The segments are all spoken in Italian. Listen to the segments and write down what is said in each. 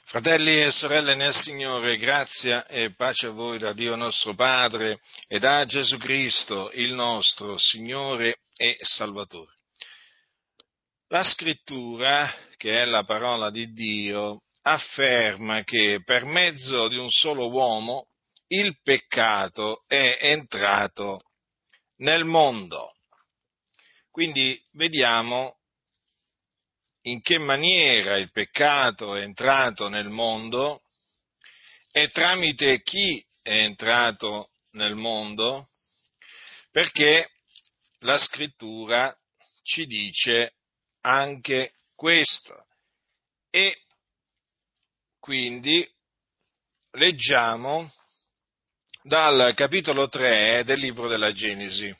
Fratelli e sorelle nel Signore, grazia e pace a voi da Dio nostro Padre e da Gesù Cristo, il nostro Signore e Salvatore. La Scrittura, che è la parola di Dio, afferma che per mezzo di un solo uomo il peccato è entrato nel mondo. Quindi vediamo in che maniera il peccato è entrato nel mondo e tramite chi è entrato nel mondo, perché la Scrittura ci dice anche questo. E quindi leggiamo dal capitolo 3 del libro della Genesi.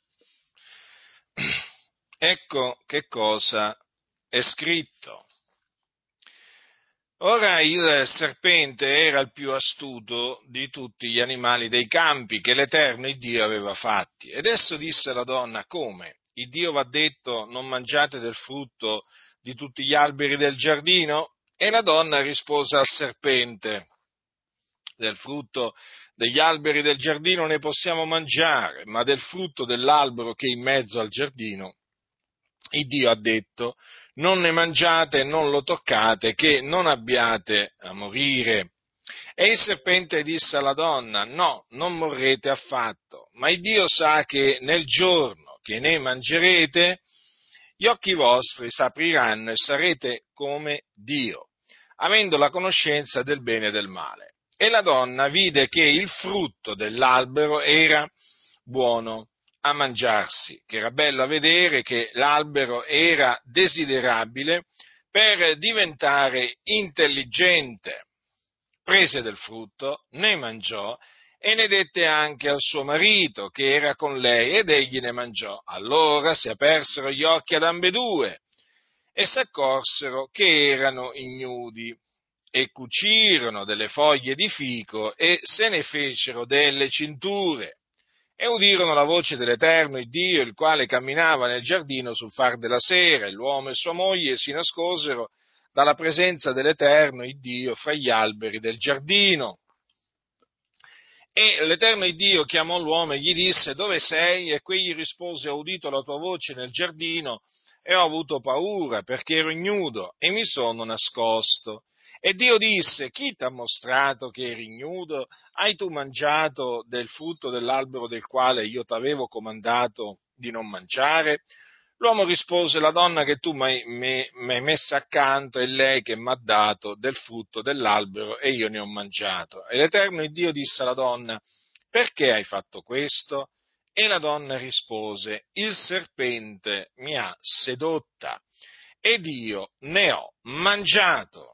Ecco che cosa è scritto. Ora il serpente era il più astuto di tutti gli animali dei campi che l'Eterno Iddio aveva fatti. Ed esso disse alla donna: come? Il Dio v'ha detto: non mangiate del frutto di tutti gli alberi del giardino? E la donna rispose al serpente: del frutto degli alberi del giardino ne possiamo mangiare, ma del frutto dell'albero che è in mezzo al giardino, il Dio ha detto: non ne mangiate e non lo toccate, che non abbiate a morire. E il serpente disse alla donna: no, non morrete affatto, ma il Dio sa che nel giorno che ne mangerete, gli occhi vostri s'apriranno e sarete come Dio, avendo la conoscenza del bene e del male. E la donna vide che il frutto dell'albero era buono a mangiarsi, che era bello a vedere, che l'albero era desiderabile per diventare intelligente. Prese del frutto, ne mangiò e ne dette anche al suo marito, che era con lei, ed egli ne mangiò. Allora si apersero gli occhi ad ambedue e s'accorsero che erano ignudi, e cucirono delle foglie di fico e se ne fecero delle cinture. E udirono la voce dell'Eterno Iddio, il quale camminava nel giardino sul far della sera, e l'uomo e sua moglie si nascosero dalla presenza dell'Eterno Iddio fra gli alberi del giardino. E l'Eterno Iddio chiamò l'uomo e gli disse: dove sei? E quegli rispose: ho udito la tua voce nel giardino e ho avuto paura perché ero ignudo e mi sono nascosto. E Dio disse: chi t'ha mostrato che eri ignudo? Hai tu mangiato del frutto dell'albero del quale io t'avevo comandato di non mangiare? L'uomo rispose: la donna che tu mi hai messa accanto è lei che mi ha dato del frutto dell'albero e io ne ho mangiato. E l'Eterno Dio disse alla donna: perché hai fatto questo? E la donna rispose: il serpente mi ha sedotta ed io ne ho mangiato.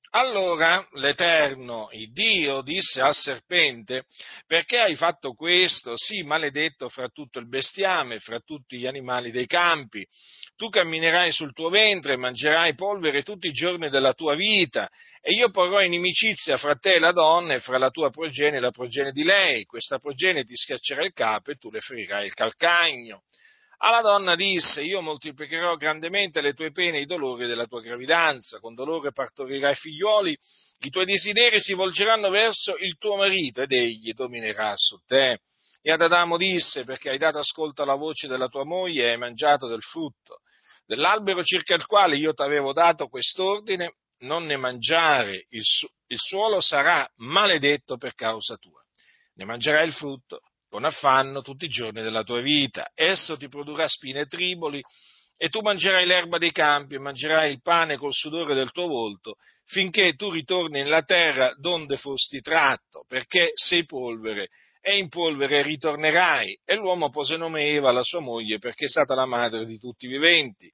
Allora l'Eterno, il Dio, disse al serpente: perché hai fatto questo? Sì, maledetto fra tutto il bestiame, fra tutti gli animali dei campi. Tu camminerai sul tuo ventre e mangerai polvere tutti i giorni della tua vita, e io porrò inimicizia fra te e la donna, e fra la tua progenie e la progenie di lei. Questa progenie ti schiaccerà il capo e tu le ferirai il calcagno. Alla donna disse: io moltiplicherò grandemente le tue pene e i dolori della tua gravidanza, con dolore partorirai figliuoli, i tuoi desideri si volgeranno verso il tuo marito ed egli dominerà su te. E ad Adamo disse: perché hai dato ascolto alla voce della tua moglie e hai mangiato del frutto dell'albero circa il quale io t'avevo dato quest'ordine, non ne mangiare, il suolo sarà maledetto per causa tua. Ne mangerai il frutto con affanno tutti i giorni della tua vita. Esso ti produrrà spine e triboli, e tu mangerai l'erba dei campi e mangerai il pane col sudore del tuo volto, finché tu ritorni nella terra donde fosti tratto, perché sei polvere, e in polvere ritornerai. E l'uomo pose nome Eva alla sua moglie, perché è stata la madre di tutti i viventi.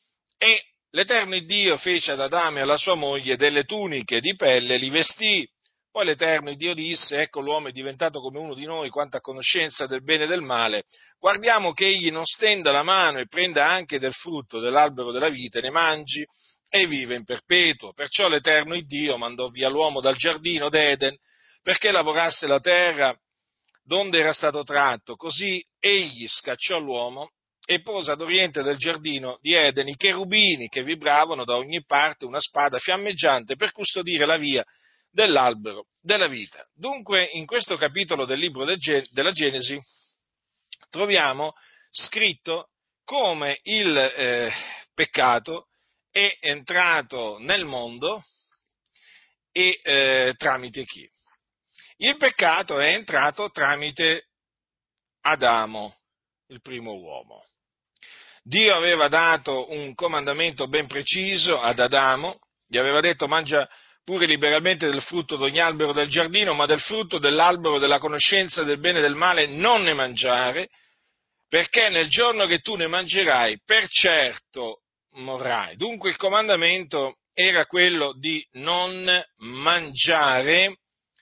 E l'Eterno Dio fece ad Adamo e alla sua moglie delle tuniche di pelle e li vestì. Poi l'Eterno Dio disse: ecco, l'uomo è diventato come uno di noi quanto a conoscenza del bene e del male. Guardiamo che egli non stenda la mano e prenda anche del frutto dell'albero della vita e ne mangi e vive in perpetuo. Perciò l'Eterno Dio mandò via l'uomo dal giardino d'Eden perché lavorasse la terra donde era stato tratto. Così egli scacciò l'uomo e pose ad oriente del giardino di Eden i cherubini che vibravano da ogni parte una spada fiammeggiante per custodire la via dell'albero della vita. Dunque, in questo capitolo del libro della Genesi troviamo scritto come il peccato è entrato nel mondo e tramite chi? Il peccato è entrato tramite Adamo, il primo uomo. Dio aveva dato un comandamento ben preciso ad Adamo, gli aveva detto: mangia pure liberalmente del frutto d'ogni albero del giardino, ma del frutto dell'albero della conoscenza del bene e del male non ne mangiare, perché nel giorno che tu ne mangerai, per certo morrai. Dunque il comandamento era quello di non mangiare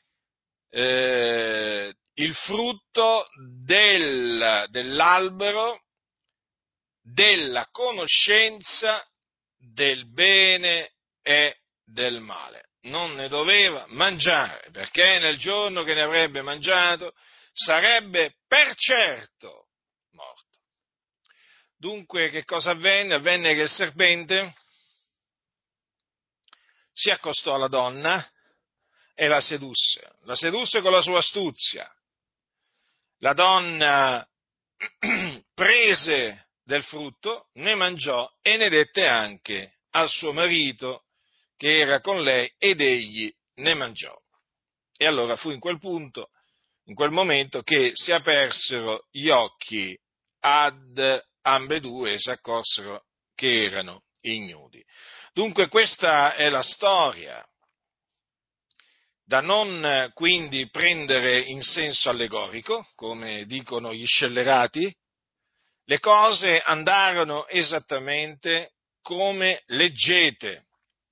il frutto dell'albero della conoscenza del bene e del male. Non ne doveva mangiare, perché nel giorno che ne avrebbe mangiato sarebbe per certo morto. Dunque, che cosa avvenne? Avvenne che il serpente si accostò alla donna e la sedusse con la sua astuzia. La donna prese del frutto, ne mangiò e ne dette anche al suo marito che era con lei ed egli ne mangiò. E allora fu in quel momento che si apersero gli occhi ad ambedue e si accorsero che erano ignudi. Dunque questa è la storia, da non quindi prendere in senso allegorico, come dicono gli scellerati. Le cose andarono esattamente come leggete.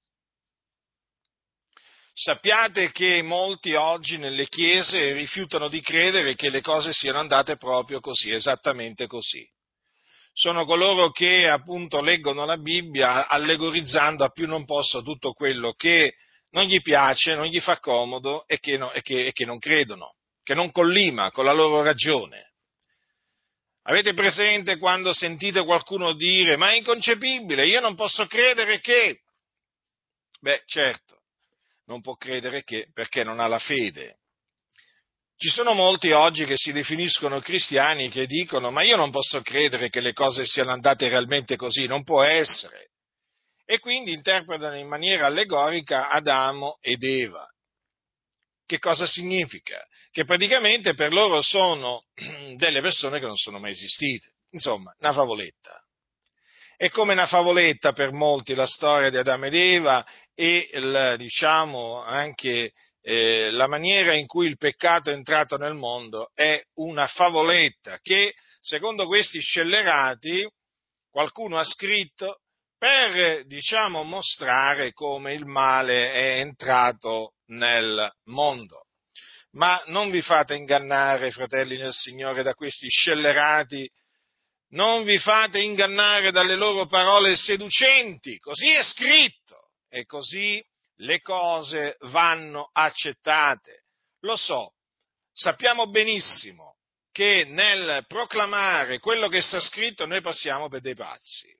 Sappiate che molti oggi nelle chiese rifiutano di credere che le cose siano andate proprio così, esattamente così. Sono coloro che appunto leggono la Bibbia allegorizzando a più non posso tutto quello che non gli piace, non gli fa comodo e che non credono, che non collima con la loro ragione. Avete presente quando sentite qualcuno dire: ma è inconcepibile, io non posso credere che... Beh, certo, non può credere che perché non ha la fede. Ci sono molti oggi che si definiscono cristiani che dicono: ma io non posso credere che le cose siano andate realmente così, non può essere. E quindi interpretano in maniera allegorica Adamo ed Eva. Che cosa significa? Che praticamente per loro sono delle persone che non sono mai esistite. Insomma, una favoletta. È come una favoletta per molti la storia di Adamo ed Eva e diciamo anche la maniera in cui il peccato è entrato nel mondo è una favoletta che, secondo questi scellerati, qualcuno ha scritto per, diciamo, mostrare come il male è entrato nel mondo. Ma non vi fate ingannare, fratelli nel Signore, da questi scellerati, non vi fate ingannare dalle loro parole seducenti, così è scritto e così le cose vanno accettate. Lo so, sappiamo benissimo che nel proclamare quello che sta scritto noi passiamo per dei pazzi.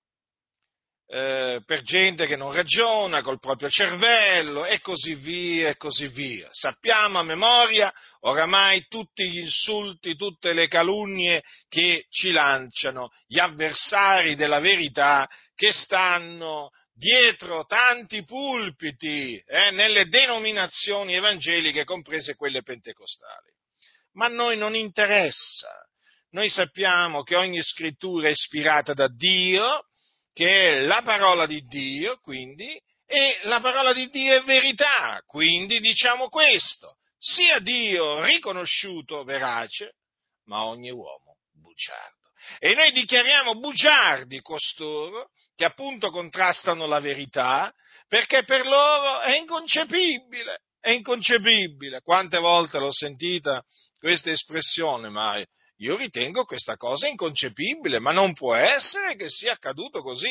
Per gente che non ragiona col proprio cervello e così via e così via. Sappiamo a memoria oramai tutti gli insulti, tutte le calunnie che ci lanciano gli avversari della verità che stanno dietro tanti pulpiti nelle denominazioni evangeliche, comprese quelle pentecostali. Ma a noi non interessa. Noi sappiamo che ogni scrittura è ispirata da Dio, che è la parola di Dio, quindi, e la parola di Dio è verità, quindi diciamo questo: sia Dio riconosciuto verace, ma ogni uomo bugiardo. E noi dichiariamo bugiardi costoro che appunto contrastano la verità, perché per loro è inconcepibile, è inconcepibile. Quante volte l'ho sentita questa espressione, ma io ritengo questa cosa inconcepibile, ma non può essere che sia accaduto così.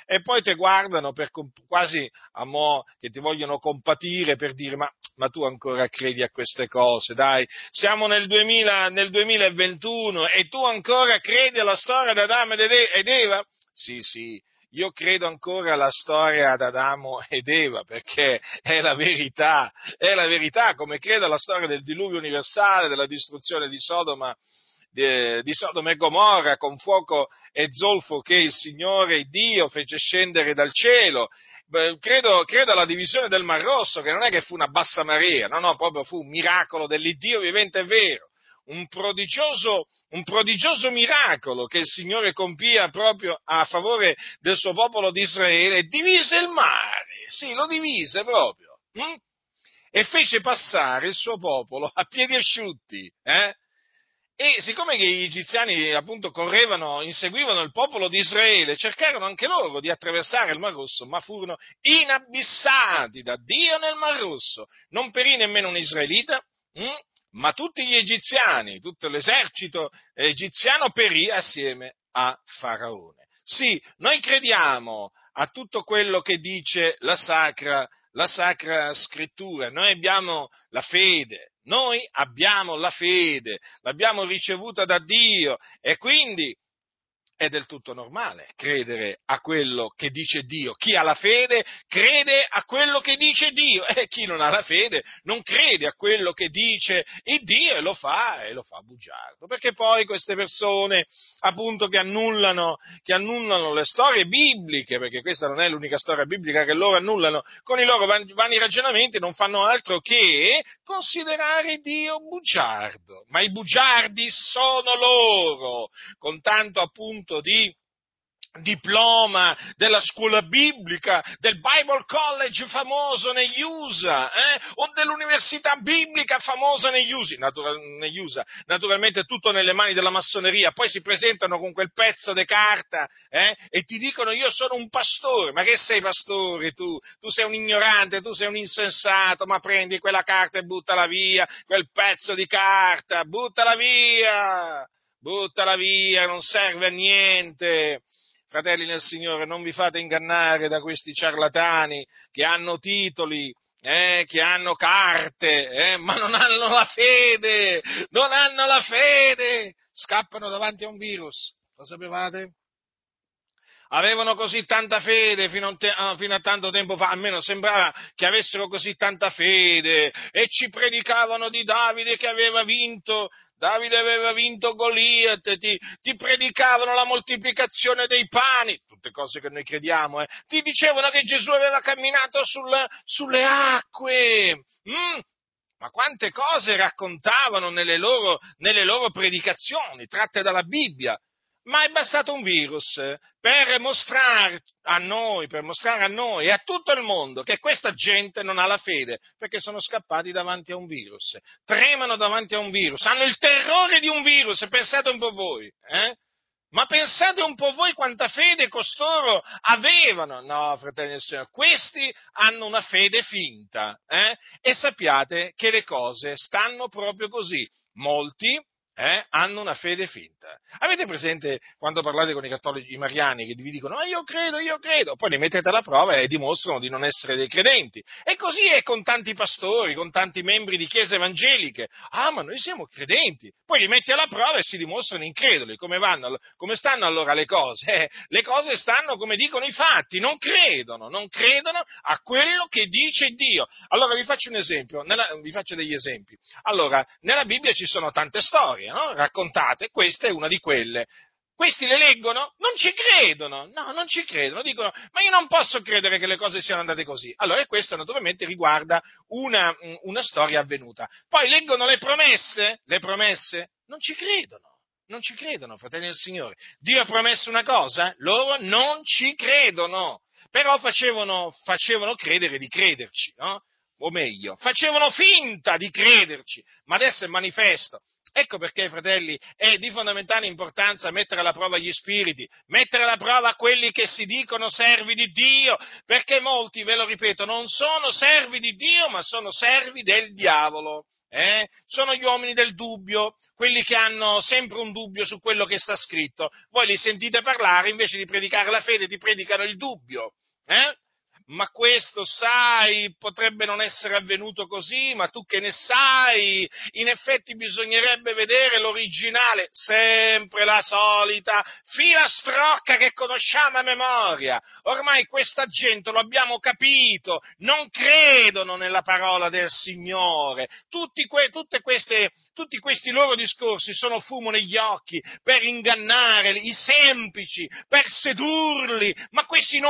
e poi ti guardano quasi a mo' che ti vogliono compatire per dire ma tu ancora credi a queste cose, dai, siamo nel 2021 e tu ancora credi alla storia di Adamo ed Eva? Sì, io credo ancora alla storia d'Adamo ed Eva, perché è la verità, come credo alla storia del diluvio universale, della distruzione di Sodoma, di Sodoma e Gomorra, con fuoco e zolfo che il Signore Dio fece scendere dal cielo. Credo alla divisione del Mar Rosso, che non è che fu una bassa marea, no, proprio fu un miracolo dell'Iddio vivente e vero. Un prodigioso miracolo che il Signore compia proprio a favore del suo popolo di Israele, e divise il mare, sì, lo divise proprio, e fece passare il suo popolo a piedi asciutti, E siccome che gli egiziani appunto inseguivano il popolo di Israele, cercarono anche loro di attraversare il Mar Rosso, ma furono inabissati da Dio nel Mar Rosso. Non perì nemmeno un israelita, ma tutti gli egiziani, tutto l'esercito egiziano perì assieme a Faraone. Sì, noi crediamo a tutto quello che dice la Sacra Scrittura, noi abbiamo la fede, l'abbiamo ricevuta da Dio e quindi è del tutto normale credere a quello che dice Dio. Chi ha la fede crede a quello che dice Dio, e chi non ha la fede non crede a quello che dice il Dio e lo fa bugiardo. Perché poi queste persone, appunto, che annullano le storie bibliche, perché questa non è l'unica storia biblica che loro annullano, con i loro vani ragionamenti non fanno altro che considerare Dio bugiardo. Ma i bugiardi sono loro, con tanto appunto di diploma della scuola biblica, del Bible College famoso negli USA, o dell'università biblica famosa negli USA, naturalmente tutto nelle mani della massoneria, poi si presentano con quel pezzo di carta, e ti dicono io sono un pastore. Ma che sei pastore tu? Tu sei un ignorante, tu sei un insensato, ma prendi quella carta e buttala via, quel pezzo di carta, buttala via, non serve a niente. Fratelli nel Signore, non vi fate ingannare da questi ciarlatani che hanno titoli, che hanno carte, ma non hanno la fede, scappano davanti a un virus, lo sapevate? Avevano così tanta fede fino a tanto tempo fa, almeno sembrava che avessero così tanta fede, e ci predicavano di Davide che aveva vinto Goliat, ti predicavano la moltiplicazione dei pani, tutte cose che noi crediamo, ti dicevano che Gesù aveva camminato sulle acque, Ma quante cose raccontavano nelle loro predicazioni, tratte dalla Bibbia. Ma è bastato un virus per mostrare a noi e a tutto il mondo che questa gente non ha la fede, perché sono scappati davanti a un virus, tremano davanti a un virus, hanno il terrore di un virus, pensate un po' voi, Ma pensate un po' voi quanta fede costoro avevano. No, fratelli del Signore, questi hanno una fede finta, E sappiate che le cose stanno proprio così. Molti hanno una fede finta. Avete presente quando parlate con i cattolici, i mariani, che vi dicono io credo, poi li mettete alla prova e dimostrano di non essere dei credenti. E così è con tanti pastori, con tanti membri di chiese evangeliche. Ma noi siamo credenti. Poi li metti alla prova e si dimostrano increduli. Come stanno allora le cose? Le cose stanno come dicono i fatti, non credono a quello che dice Dio. Allora vi faccio un esempio, vi faccio degli esempi. Allora, nella Bibbia ci sono tante storie, no? Raccontate, questa è una di quelle. Questi le leggono? Non ci credono, dicono, ma io non posso credere che le cose siano andate così. Allora, e questo naturalmente riguarda una storia avvenuta. Poi leggono le promesse, non ci credono, fratelli del Signore. Dio ha promesso una cosa, loro non ci credono, però facevano credere di crederci, no? O meglio, facevano finta di crederci, ma adesso è manifesto. Ecco perché, fratelli, è di fondamentale importanza mettere alla prova gli spiriti, mettere alla prova quelli che si dicono servi di Dio, perché molti, ve lo ripeto, non sono servi di Dio, ma sono servi del diavolo. Sono gli uomini del dubbio, quelli che hanno sempre un dubbio su quello che sta scritto. Voi li sentite parlare, invece di predicare la fede, ti predicano il dubbio. Ma questo, sai, potrebbe non essere avvenuto così, ma tu che ne sai? In effetti bisognerebbe vedere l'originale, sempre la solita filastrocca che conosciamo a memoria. Ormai questa gente, lo abbiamo capito, non credono nella parola del Signore. Tutti questi loro discorsi sono fumo negli occhi per ingannare i semplici, per sedurli, ma questi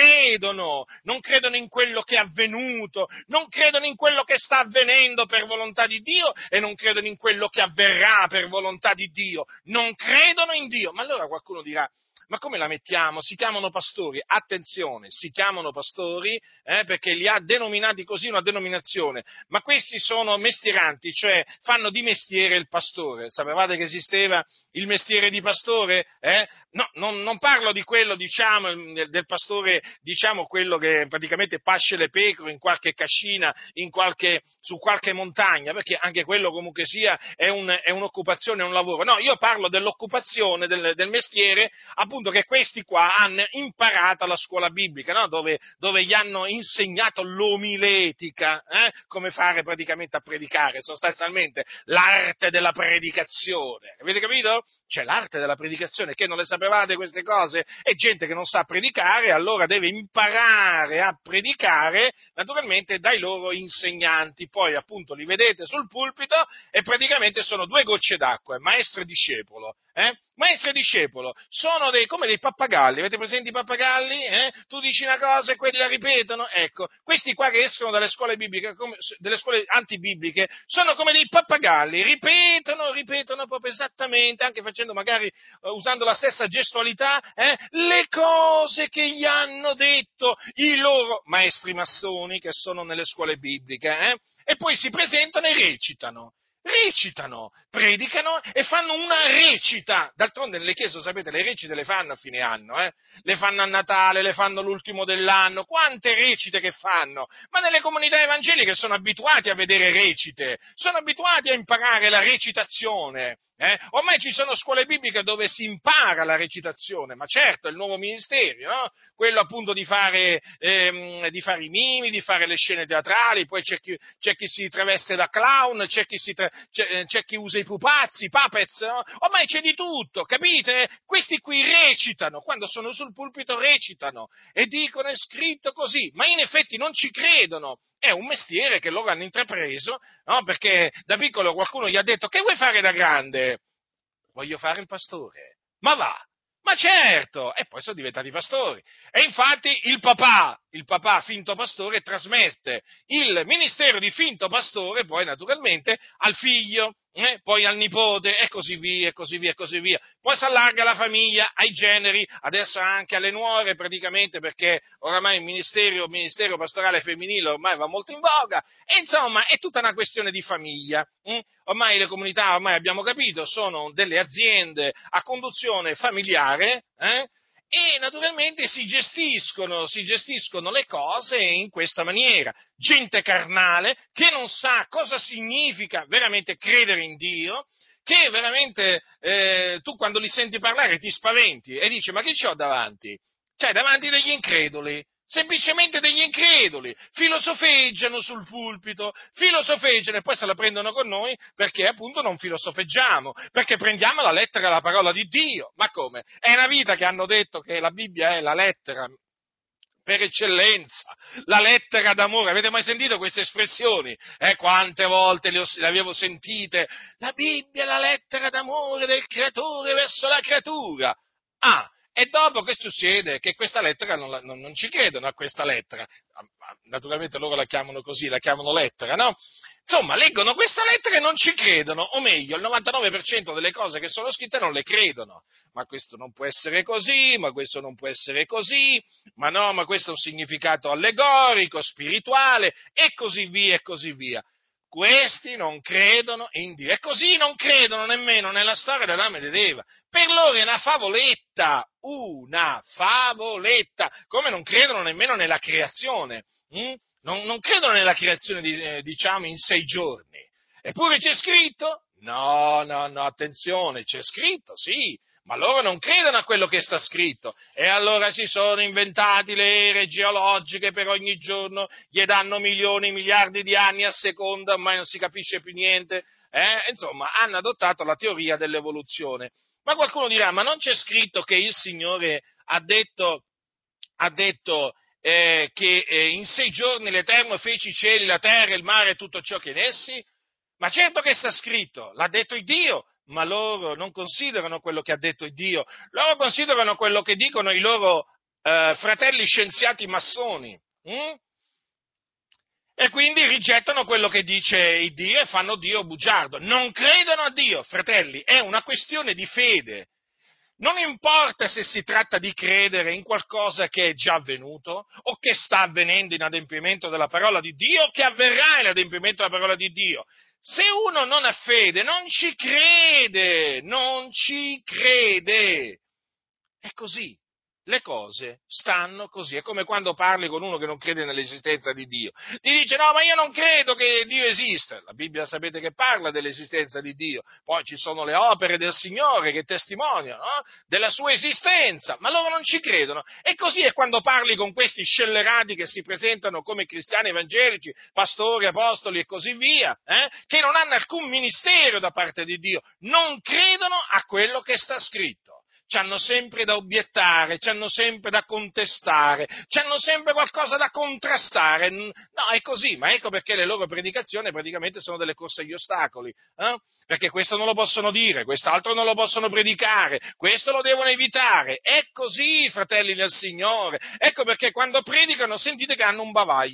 non credono in quello che è avvenuto, non credono in quello che sta avvenendo per volontà di Dio e non credono in quello che avverrà per volontà di Dio, non credono in Dio. Ma allora qualcuno dirà: ma come la mettiamo? Si chiamano pastori, attenzione, si chiamano pastori perché li ha denominati così una denominazione, ma questi sono mestieranti, cioè fanno di mestiere il pastore. Sapevate che esisteva il mestiere di pastore? No, non parlo di quello, diciamo, del pastore, diciamo, quello che praticamente pasce le pecore in qualche cascina, su qualche montagna, perché anche quello comunque sia è un'occupazione, è un lavoro. No, io parlo dell'occupazione, del mestiere, appunto, che questi qua hanno imparato alla scuola biblica, no? Dove gli hanno insegnato l'omiletica, come fare praticamente a predicare, sostanzialmente l'arte della predicazione. Avete capito? C'è l'arte della predicazione, che non le sapevate queste cose? È gente che non sa predicare, allora deve imparare a predicare, naturalmente dai loro insegnanti. Poi appunto li vedete sul pulpito e praticamente sono due gocce d'acqua, maestro e discepolo. Maestro e discepolo sono come dei pappagalli. Avete presente i pappagalli? Tu dici una cosa e quelli la ripetono. Ecco, questi qua che escono dalle scuole bibliche, delle scuole antibibliche, sono come dei pappagalli, ripetono proprio esattamente, anche facendo magari, usando la stessa gestualità, le cose che gli hanno detto i loro maestri massoni che sono nelle scuole bibliche, e poi si presentano e recitano, predicano e fanno una recita. D'altronde nelle chiese, sapete, le recite le fanno a fine anno, le fanno a Natale, le fanno l'ultimo dell'anno, quante recite che fanno? Ma nelle comunità evangeliche sono abituati a vedere recite, sono abituati a imparare la recitazione. Ormai ci sono scuole bibliche dove si impara la recitazione, ma certo è il nuovo ministero, no? Quello appunto di fare i mimi, di fare le scene teatrali, poi c'è chi si traveste da clown, c'è chi usa i pupazzi, i puppets, no? Ormai c'è di tutto, capite? Questi qui recitano, quando sono sul pulpito recitano e dicono è scritto così, ma in effetti non ci credono. È un mestiere che loro hanno intrapreso, no? Perché da piccolo qualcuno gli ha detto: che vuoi fare da grande? Voglio fare il pastore. Ma va! Ma certo! E poi sono diventati pastori. E infatti il papà finto pastore, trasmette il ministero di finto pastore poi naturalmente al figlio, poi al nipote, e così via, e così via, e così via. Poi si allarga la famiglia ai generi, adesso anche alle nuore praticamente, perché oramai il ministero pastorale femminile ormai va molto in voga, e insomma è tutta una questione di famiglia. Ormai le comunità, ormai abbiamo capito, sono delle aziende a conduzione familiare, e naturalmente si gestiscono le cose in questa maniera. Gente carnale che non sa cosa significa veramente credere in Dio, che veramente tu quando li senti parlare ti spaventi e dici: ma chi c'ho davanti? Cioè, davanti degli increduli. Semplicemente degli increduli, filosofeggiano sul pulpito, filosofeggiano e poi se la prendono con noi perché appunto non filosofeggiamo, perché prendiamo la lettera la parola di Dio. Ma come? È una vita che hanno detto che la Bibbia è la lettera per eccellenza, la lettera d'amore. Avete mai sentito queste espressioni? Quante volte le avevo sentite? La Bibbia è la lettera d'amore del creatore verso la creatura. E dopo che succede? Che questa lettera non ci credono a questa lettera. Naturalmente loro la chiamano così, la chiamano lettera, no? Insomma, leggono questa lettera e non ci credono, o meglio, il 99% delle cose che sono scritte non le credono. Ma questo non può essere così, ma questo non può essere così, ma no, ma questo è un significato allegorico, spirituale, e così via, e così via. Questi non credono in Dio, e così non credono nemmeno nella storia d'Adamo e di Eva. Per loro è una favoletta, come non credono nemmeno nella creazione. Non credono nella creazione, diciamo, in 6 giorni. Eppure c'è scritto? No, no, no, attenzione, c'è scritto, sì, ma loro non credono a quello che sta scritto. E allora si sono inventati le ere geologiche per ogni giorno, gli danno milioni, miliardi di anni a seconda, ormai non si capisce più niente. Insomma, hanno adottato la teoria dell'evoluzione. Ma qualcuno dirà, ma non c'è scritto che il Signore ha detto che in 6 giorni l'Eterno fece i cieli, la terra, il mare e tutto ciò che in essi? Ma certo che sta scritto, l'ha detto il Dio, ma loro non considerano quello che ha detto il Dio, loro considerano quello che dicono i loro fratelli scienziati massoni. E quindi rigettano quello che dice il Dio e fanno Dio bugiardo. Non credono a Dio, fratelli, è una questione di fede. Non importa se si tratta di credere in qualcosa che è già avvenuto o che sta avvenendo in adempimento della parola di Dio o che avverrà in adempimento della parola di Dio. Se uno non ha fede, non ci crede, non ci crede. È così. Le cose stanno così. È come quando parli con uno che non crede nell'esistenza di Dio. Ti dice, no, ma io non credo che Dio esista. La Bibbia sapete che parla dell'esistenza di Dio. Poi ci sono le opere del Signore che testimoniano, no? Della sua esistenza, ma loro non ci credono. E così è quando parli con questi scellerati che si presentano come cristiani evangelici, pastori, apostoli e così via, che non hanno alcun ministero da parte di Dio. Non credono a quello che sta scritto. C'hanno sempre da obiettare, c'hanno sempre da contestare, c'hanno sempre qualcosa da contrastare. No, è così, ma ecco perché le loro predicazioni praticamente sono delle corse agli ostacoli, perché questo non lo possono dire, quest'altro non lo possono predicare, questo lo devono evitare. È così, fratelli del Signore. Ecco perché quando predicano sentite che hanno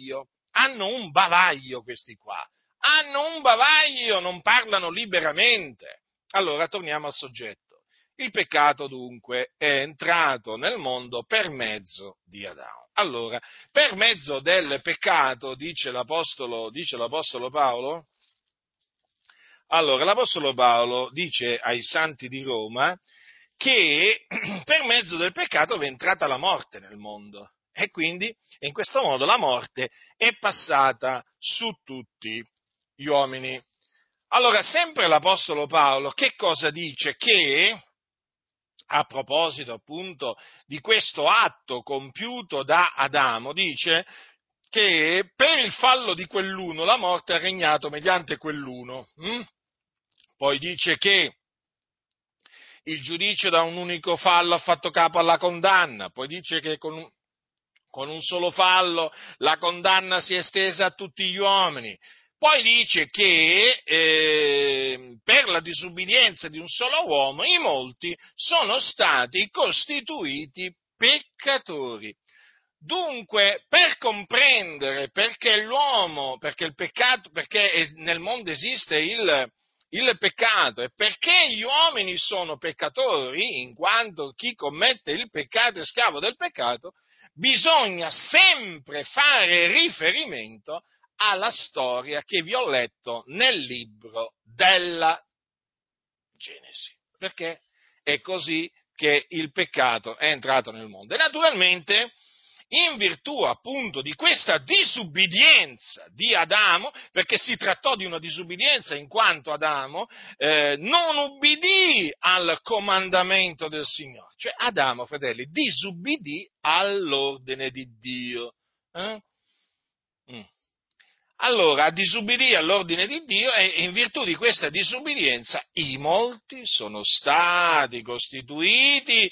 un bavaglio questi qua, hanno un bavaglio, non parlano liberamente. Allora, torniamo al soggetto. Il peccato dunque è entrato nel mondo per mezzo di Adamo. Allora, per mezzo del peccato, dice l'Apostolo Paolo, allora l'Apostolo Paolo dice ai santi di Roma che per mezzo del peccato è entrata la morte nel mondo e quindi in questo modo la morte è passata su tutti gli uomini. Allora, sempre l'Apostolo Paolo che cosa dice? Che a proposito appunto di questo atto compiuto da Adamo, dice che per il fallo di quell'uno la morte ha regnato mediante quell'uno. Poi dice che il giudice da un unico fallo ha fatto capo alla condanna, poi dice che con un solo fallo la condanna si è estesa a tutti gli uomini. Poi dice che per la disubbidienza di un solo uomo i molti sono stati costituiti peccatori. Dunque, per comprendere perché il peccato, perché nel mondo esiste il peccato e perché gli uomini sono peccatori, in quanto chi commette il peccato è schiavo del peccato, bisogna sempre fare riferimento alla storia che vi ho letto nel libro della Genesi, perché è così che il peccato è entrato nel mondo. E naturalmente, in virtù appunto di questa disubbidienza di Adamo, perché si trattò di una disubbidienza in quanto Adamo non ubbidì al comandamento del Signore, cioè Adamo, fratelli, disubbidì all'ordine di Dio. Mm. Allora, disubbidì all'ordine di Dio e in virtù di questa disubbidienza i molti sono stati costituiti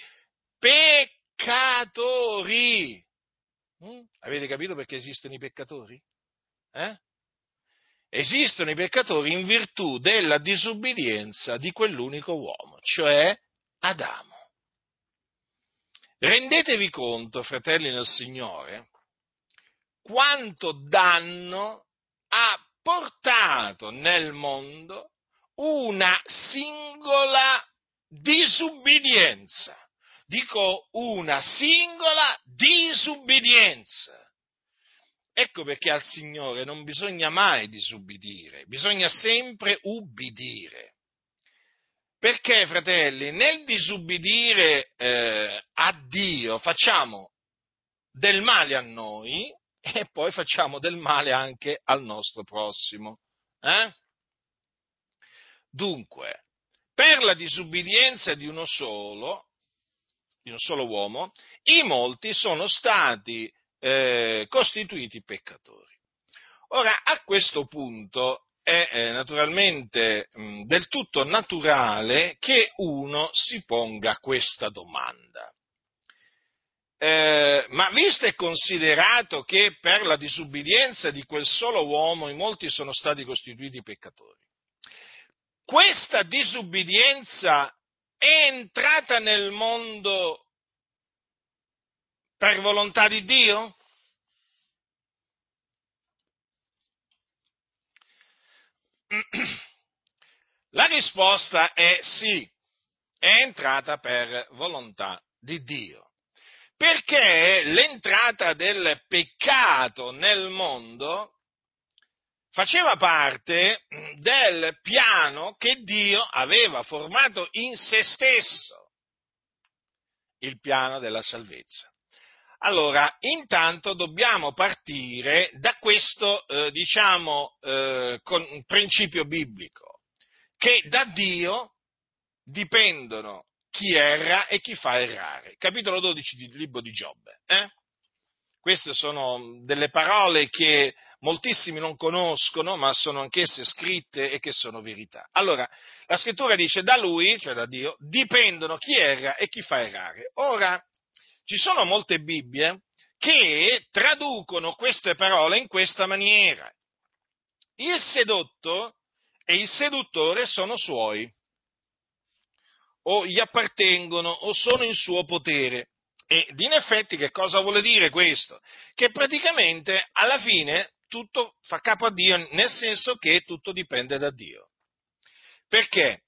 peccatori. Avete capito perché esistono i peccatori? Esistono i peccatori in virtù della disubbidienza di quell'unico uomo, cioè Adamo. Rendetevi conto, fratelli nel Signore, quanto danno ha portato nel mondo una singola disubbidienza. Dico una singola disubbidienza. Ecco perché al Signore non bisogna mai disubbidire, bisogna sempre ubbidire. Perché, fratelli, nel disubbidire a Dio facciamo del male a noi e poi facciamo del male anche al nostro prossimo. Dunque, per la disubbidienza di uno solo uomo, i molti sono stati costituiti peccatori. Ora, a questo punto è naturalmente del tutto naturale che uno si ponga questa domanda. Ma visto e considerato che per la disubbidienza di quel solo uomo i molti sono stati costituiti peccatori, questa disubbidienza è entrata nel mondo per volontà di Dio? La risposta è sì, è entrata per volontà di Dio, perché l'entrata del peccato nel mondo faceva parte del piano che Dio aveva formato in se stesso, il piano della salvezza. Allora, intanto dobbiamo partire da questo, principio biblico, che da Dio dipendono chi erra e chi fa errare. Capitolo 12 del libro di Giobbe. Queste sono delle parole che moltissimi non conoscono, ma sono anch'esse scritte e che sono verità. Allora, la scrittura dice da lui, cioè da Dio, dipendono chi erra e chi fa errare. Ora, ci sono molte Bibbie che traducono queste parole in questa maniera. Il sedotto e il seduttore sono suoi, o gli appartengono o sono in suo potere. Ed in effetti che cosa vuole dire questo? Che praticamente alla fine tutto fa capo a Dio, nel senso che tutto dipende da Dio. Perché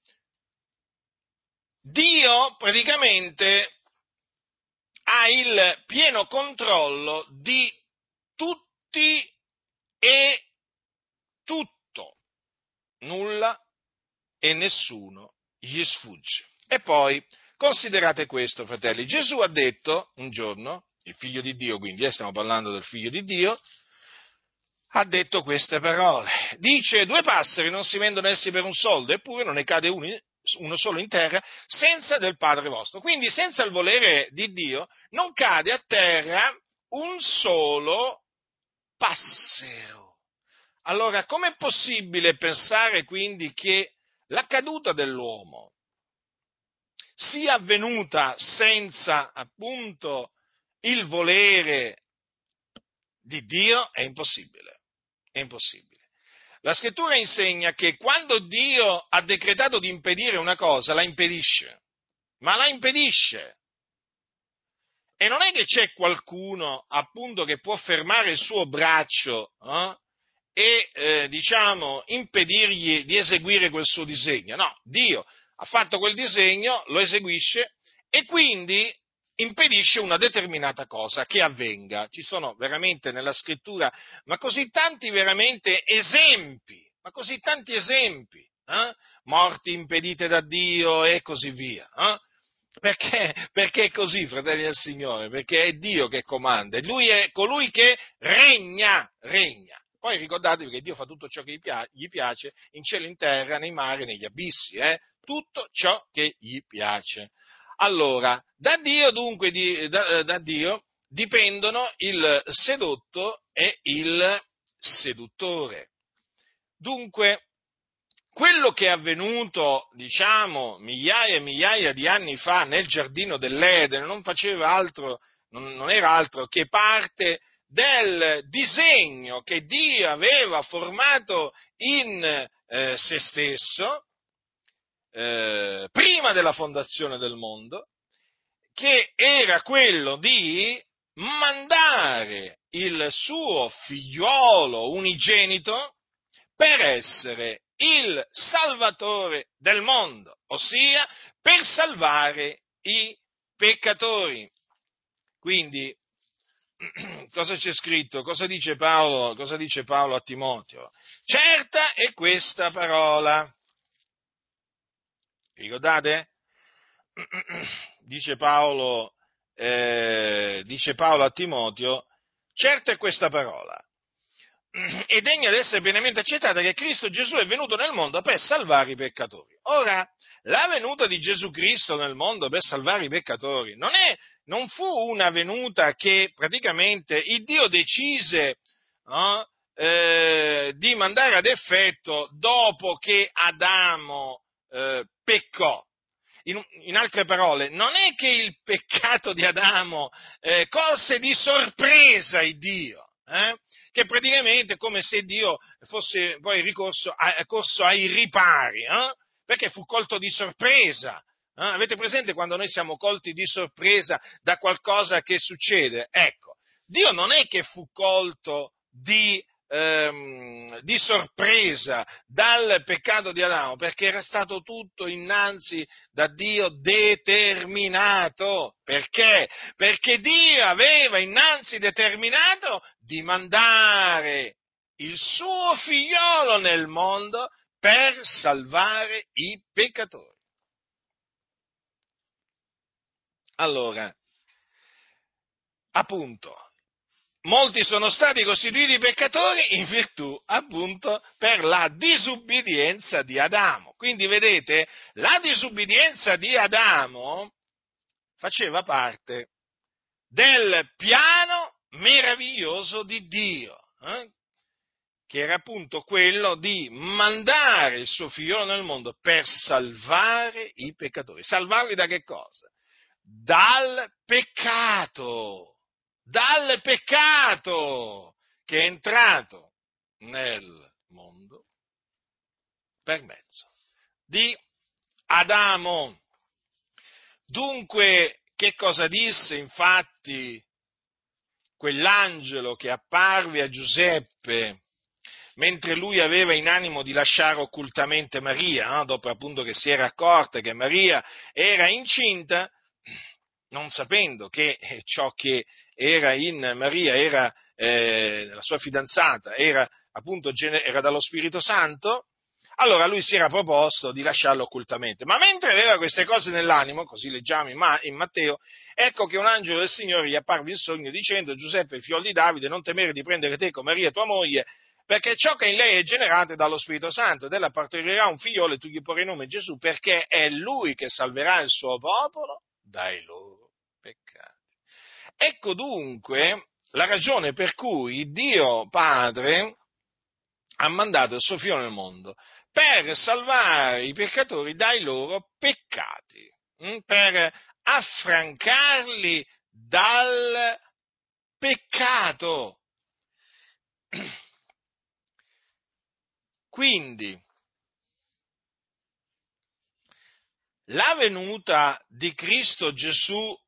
Dio praticamente ha il pieno controllo di tutti e tutto. Nulla e nessuno gli sfugge. E poi, considerate questo, fratelli, Gesù ha detto un giorno, il figlio di Dio, quindi stiamo parlando del figlio di Dio, ha detto queste parole. Dice, 2 passeri non si vendono essi per un soldo, eppure non ne cade uno solo in terra senza del Padre vostro. Quindi senza il volere di Dio non cade a terra un solo passero. Allora, com'è possibile pensare quindi che la caduta dell'uomo sia avvenuta senza appunto il volere di Dio? È impossibile, è impossibile. La scrittura insegna che quando Dio ha decretato di impedire una cosa, la impedisce, ma la impedisce. E non è che c'è qualcuno appunto che può fermare il suo braccio impedirgli di eseguire quel suo disegno. No, Dio ha fatto quel disegno, lo eseguisce e quindi impedisce una determinata cosa che avvenga. Ci sono veramente nella scrittura, ma così tanti veramente esempi, morti impedite da Dio e così via. Perché? Perché è così, fratelli del Signore, perché è Dio che comanda, e Lui è colui che regna. Poi ricordatevi che Dio fa tutto ciò che gli piace, in cielo, in terra, nei mari, negli abissi, tutto ciò che gli piace. Allora, da Dio dunque, da Dio dipendono il sedotto e il seduttore. Dunque, quello che è avvenuto, migliaia e migliaia di anni fa nel giardino dell'Eden non era altro che parte del disegno che Dio aveva formato in se stesso prima della fondazione del mondo, che era quello di mandare il suo figliuolo unigenito per essere il salvatore del mondo, ossia per salvare i peccatori. Quindi, cosa c'è scritto? Cosa dice Paolo a Timoteo? Certa è questa parola. Vi ricordate? Dice Paolo a Timoteo, certa è questa parola. è degna di essere pienamente accettata che Cristo Gesù è venuto nel mondo per salvare i peccatori. Ora, la venuta di Gesù Cristo nel mondo per salvare i peccatori non fu una venuta che praticamente il Dio decise, no, di mandare ad effetto dopo che Adamo peccò. In altre parole, non è che il peccato di Adamo colse di sorpresa il Dio, che praticamente è come se Dio fosse poi corso ai ripari, perché fu colto di sorpresa. Avete presente quando noi siamo colti di sorpresa da qualcosa che succede? Ecco, Dio non è che fu colto di sorpresa dal peccato di Adamo, perché era stato tutto innanzi da Dio determinato. Perché? Perché Dio aveva innanzi determinato di mandare il suo figliolo nel mondo per salvare i peccatori. Allora, appunto, molti sono stati costituiti peccatori in virtù, appunto, per la disubbidienza di Adamo. Quindi, vedete, la disubbidienza di Adamo faceva parte del piano meraviglioso di Dio, che era appunto quello di mandare il suo figliolo nel mondo per salvare i peccatori. Salvarli da che cosa? Dal peccato che è entrato nel mondo per mezzo di Adamo. Dunque, che cosa disse infatti quell'angelo che apparve a Giuseppe mentre lui aveva in animo di lasciare occultamente Maria, no? Dopo appunto che si era accorta che Maria era incinta, non sapendo che ciò che era in Maria era la sua fidanzata, era appunto era dallo Spirito Santo, allora lui si era proposto di lasciarlo occultamente. Ma mentre aveva queste cose nell'animo, così leggiamo in Matteo, ecco che un angelo del Signore gli apparve in sogno dicendo: Giuseppe, figlio di Davide, non temere di prendere te con Maria tua moglie, perché ciò che in lei è generato è dallo Spirito Santo, ed ella partorirà un figliolo e tu gli porrai nome Gesù, perché è lui che salverà il suo popolo dai loro peccati. Ecco dunque la ragione per cui Dio Padre ha mandato il suo figlio nel mondo, per salvare i peccatori dai loro peccati, per affrancarli dal peccato. Quindi, la venuta di Cristo Gesù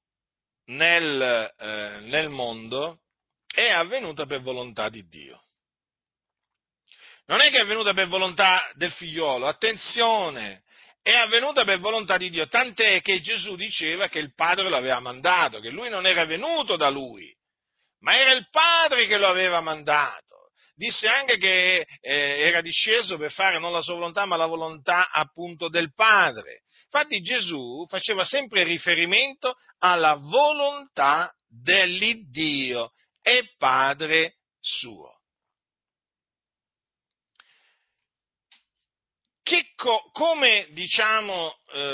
nel mondo è avvenuta per volontà di Dio. Non è che è avvenuta per volontà del figliolo, attenzione, è avvenuta per volontà di Dio, tant'è che Gesù diceva che il Padre lo aveva mandato, che lui non era venuto da lui, ma era il Padre che lo aveva mandato. Disse anche che era disceso per fare non la sua volontà, ma la volontà appunto del Padre. Infatti Gesù faceva sempre riferimento alla volontà dell'Iddio e Padre suo. Come diciamo,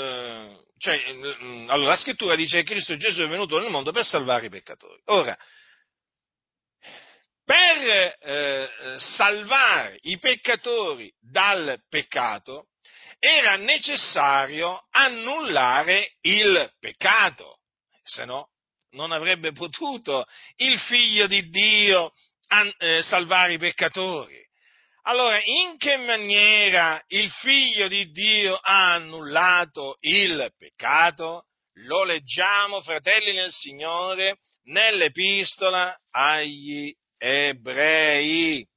allora la scrittura dice che Cristo Gesù è venuto nel mondo per salvare i peccatori. Ora, per salvare i peccatori dal peccato era necessario annullare il peccato, se no non avrebbe potuto il Figlio di Dio salvare i peccatori. Allora, in che maniera il Figlio di Dio ha annullato il peccato? Lo leggiamo, fratelli nel Signore, nell'Epistola agli Ebrei.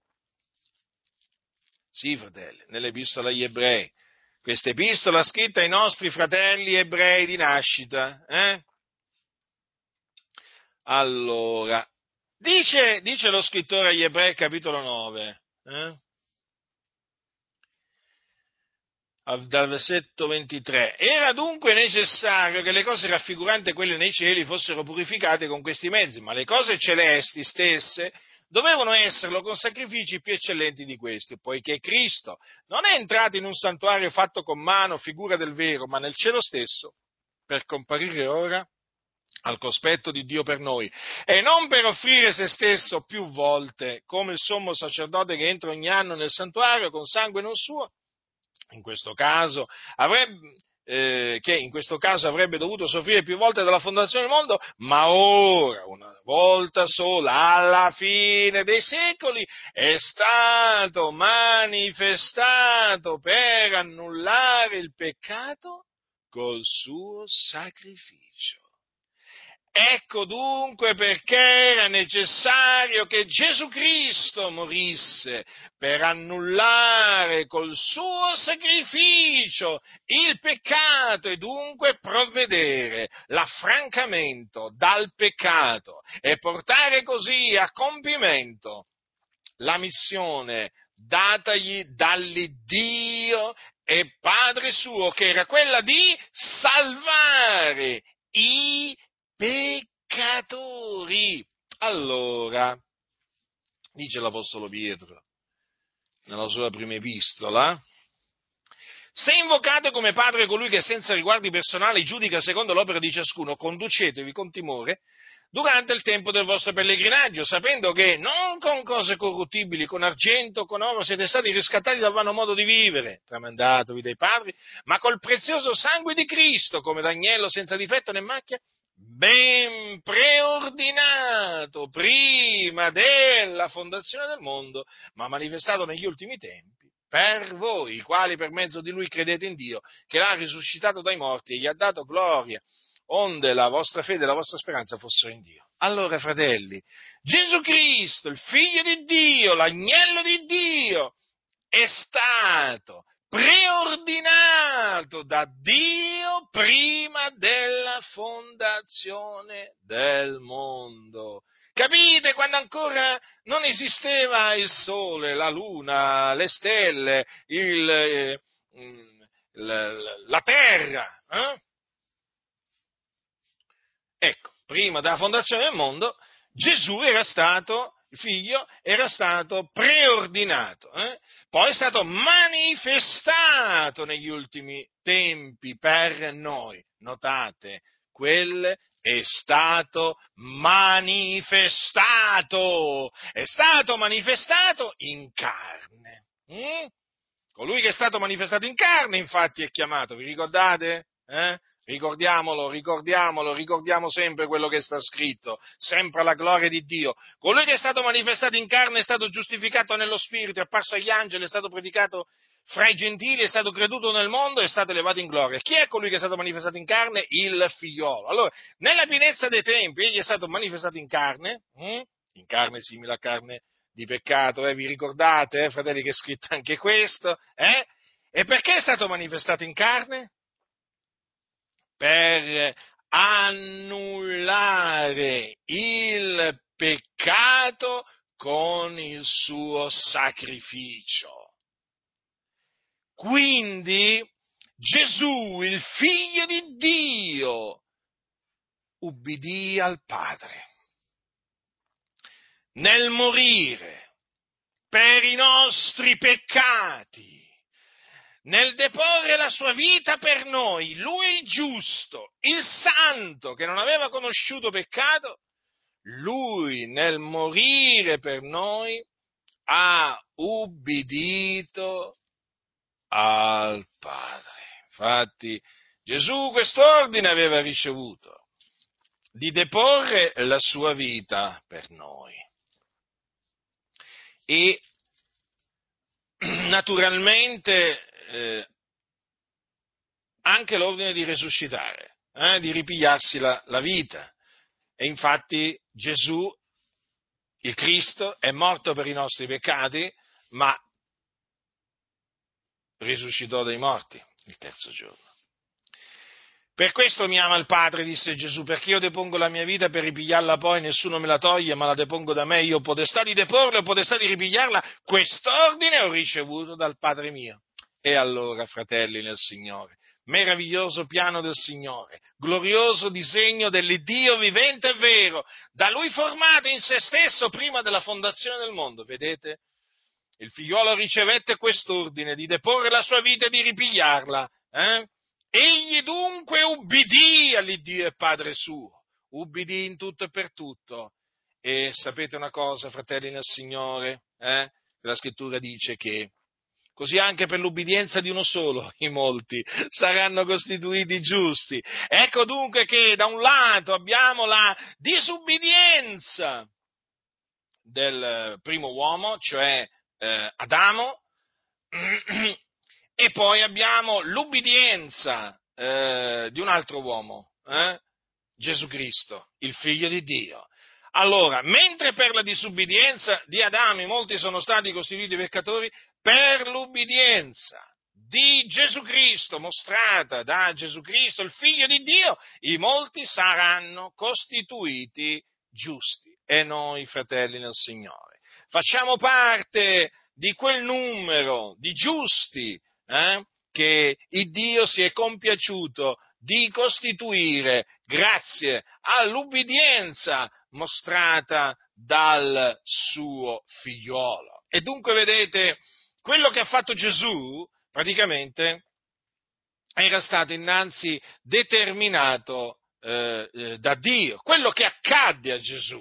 Sì, fratelli, nell'Epistola agli Ebrei. Questa epistola scritta ai nostri fratelli ebrei di nascita. Allora, dice lo scrittore agli Ebrei, capitolo 9, dal versetto 23, era dunque necessario che le cose raffiguranti quelle nei cieli fossero purificate con questi mezzi, ma le cose celesti stesse dovevano esserlo con sacrifici più eccellenti di questi, poiché Cristo non è entrato in un santuario fatto con mano, figura del vero, ma nel cielo stesso, per comparire ora al cospetto di Dio per noi, e non per offrire se stesso più volte, come il sommo sacerdote che entra ogni anno nel santuario con sangue non suo, in questo caso che in questo caso avrebbe dovuto soffrire più volte dalla fondazione del mondo, ma ora, una volta sola, alla fine dei secoli, è stato manifestato per annullare il peccato col suo sacrificio. Ecco dunque perché era necessario che Gesù Cristo morisse per annullare col suo sacrificio il peccato e dunque provvedere l'affrancamento dal peccato e portare così a compimento la missione datagli dall'Iddio e Padre suo, che era quella di salvare i peccatori. Allora, dice l'Apostolo Pietro nella sua prima epistola, se invocate come Padre colui che senza riguardi personali giudica secondo l'opera di ciascuno, conducetevi con timore durante il tempo del vostro pellegrinaggio, sapendo che non con cose corruttibili, con argento, con oro, siete stati riscattati dal vano modo di vivere, tramandatovi dai padri, ma col prezioso sangue di Cristo, come d'agnello senza difetto né macchia, ben preordinato prima della fondazione del mondo, ma manifestato negli ultimi tempi, per voi, i quali per mezzo di Lui credete in Dio, che l'ha risuscitato dai morti e gli ha dato gloria, onde la vostra fede e la vostra speranza fossero in Dio. Allora, fratelli, Gesù Cristo, il Figlio di Dio, l'agnello di Dio, è stato preordinato da Dio prima della fondazione del mondo. Capite? Quando ancora non esisteva il sole, la luna, le stelle, la terra. Ecco, prima della fondazione del mondo, Gesù era stato, il figlio, era stato preordinato, poi è stato manifestato negli ultimi tempi per noi. Notate, quel è stato manifestato in carne. Colui che è stato manifestato in carne, infatti, è chiamato, vi ricordate? Ricordiamo sempre quello che sta scritto, sempre alla gloria di Dio. Colui che è stato manifestato in carne è stato giustificato nello Spirito, è apparso agli angeli, è stato predicato fra i gentili, è stato creduto nel mondo, è stato elevato in gloria. Chi è colui che è stato manifestato in carne? Il figliolo. Allora, nella pienezza dei tempi, egli è stato manifestato in carne simile a carne di peccato, vi ricordate, fratelli, che è scritto anche questo, E perché è stato manifestato in carne? Per annullare il peccato con il suo sacrificio. Quindi Gesù, il Figlio di Dio, ubbidì al Padre nel morire per i nostri peccati, nel deporre la sua vita per noi. Lui il giusto, il santo, che non aveva conosciuto peccato, lui nel morire per noi ha ubbidito al Padre. Infatti Gesù quest'ordine aveva ricevuto, di deporre la sua vita per noi. E naturalmente anche l'ordine di risuscitare, di ripigliarsi la vita. E infatti Gesù, il Cristo, è morto per i nostri peccati, ma risuscitò dai morti il terzo giorno. Per questo mi ama il Padre, disse Gesù, perché io depongo la mia vita per ripigliarla poi, nessuno me la toglie, ma la depongo da me, io ho potestà di deporla, ho potestà di ripigliarla, quest'ordine ho ricevuto dal Padre mio. E allora, fratelli nel Signore, meraviglioso piano del Signore, glorioso disegno dell'Iddio vivente e vero, da Lui formato in se stesso prima della fondazione del mondo. Vedete? Il figliolo ricevette quest'ordine di deporre la sua vita e di ripigliarla. Egli dunque ubbidì all'Iddio e Padre suo, ubbidì in tutto e per tutto. E sapete una cosa, fratelli nel Signore? La Scrittura dice che così anche per l'ubbidienza di uno solo i molti saranno costituiti giusti. Ecco dunque che da un lato abbiamo la disubbidienza del primo uomo, cioè Adamo, e poi abbiamo l'ubbidienza di un altro uomo, Gesù Cristo, il Figlio di Dio. Allora, mentre per la disubbidienza di Adamo i molti sono stati costituiti peccatori, per l'ubbidienza di Gesù Cristo, mostrata da Gesù Cristo, il Figlio di Dio, i molti saranno costituiti giusti. E noi, fratelli nel Signore, facciamo parte di quel numero di giusti che il Dio si è compiaciuto di costituire grazie all'ubbidienza mostrata dal suo figliolo. E dunque vedete, quello che ha fatto Gesù praticamente era stato innanzi determinato da Dio. Quello che accadde a Gesù,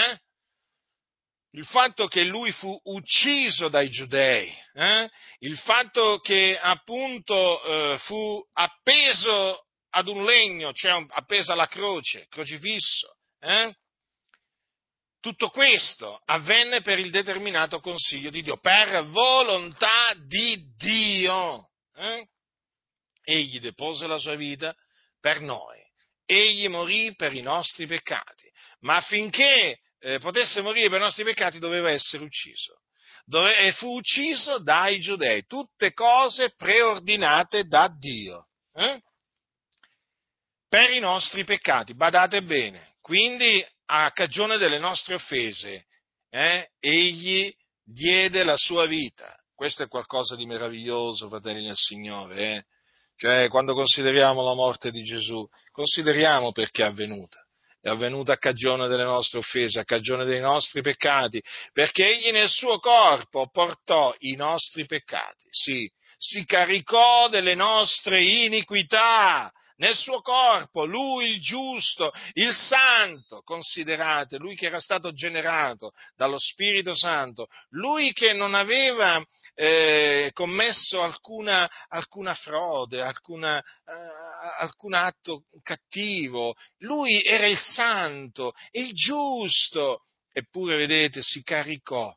il fatto che lui fu ucciso dai giudei, il fatto che appunto fu appeso ad un legno, cioè appeso alla croce, crocifisso, tutto questo avvenne per il determinato consiglio di Dio, per volontà di Dio. Egli depose la sua vita per noi, egli morì per i nostri peccati, ma affinché potesse morire per i nostri peccati doveva essere ucciso. E fu ucciso dai giudei, tutte cose preordinate da Dio. Per i nostri peccati, badate bene, quindi a cagione delle nostre offese, egli diede la sua vita. Questo è qualcosa di meraviglioso, fratelli del Signore. Cioè, quando consideriamo la morte di Gesù, consideriamo perché è avvenuta. È avvenuta a cagione delle nostre offese, a cagione dei nostri peccati, perché egli nel suo corpo portò i nostri peccati, sì, si caricò delle nostre iniquità, nel suo corpo, lui il giusto, il santo, considerate, lui che era stato generato dallo Spirito Santo, lui che non aveva commesso alcuna frode, alcun atto cattivo, lui era il santo, il giusto, eppure vedete si caricò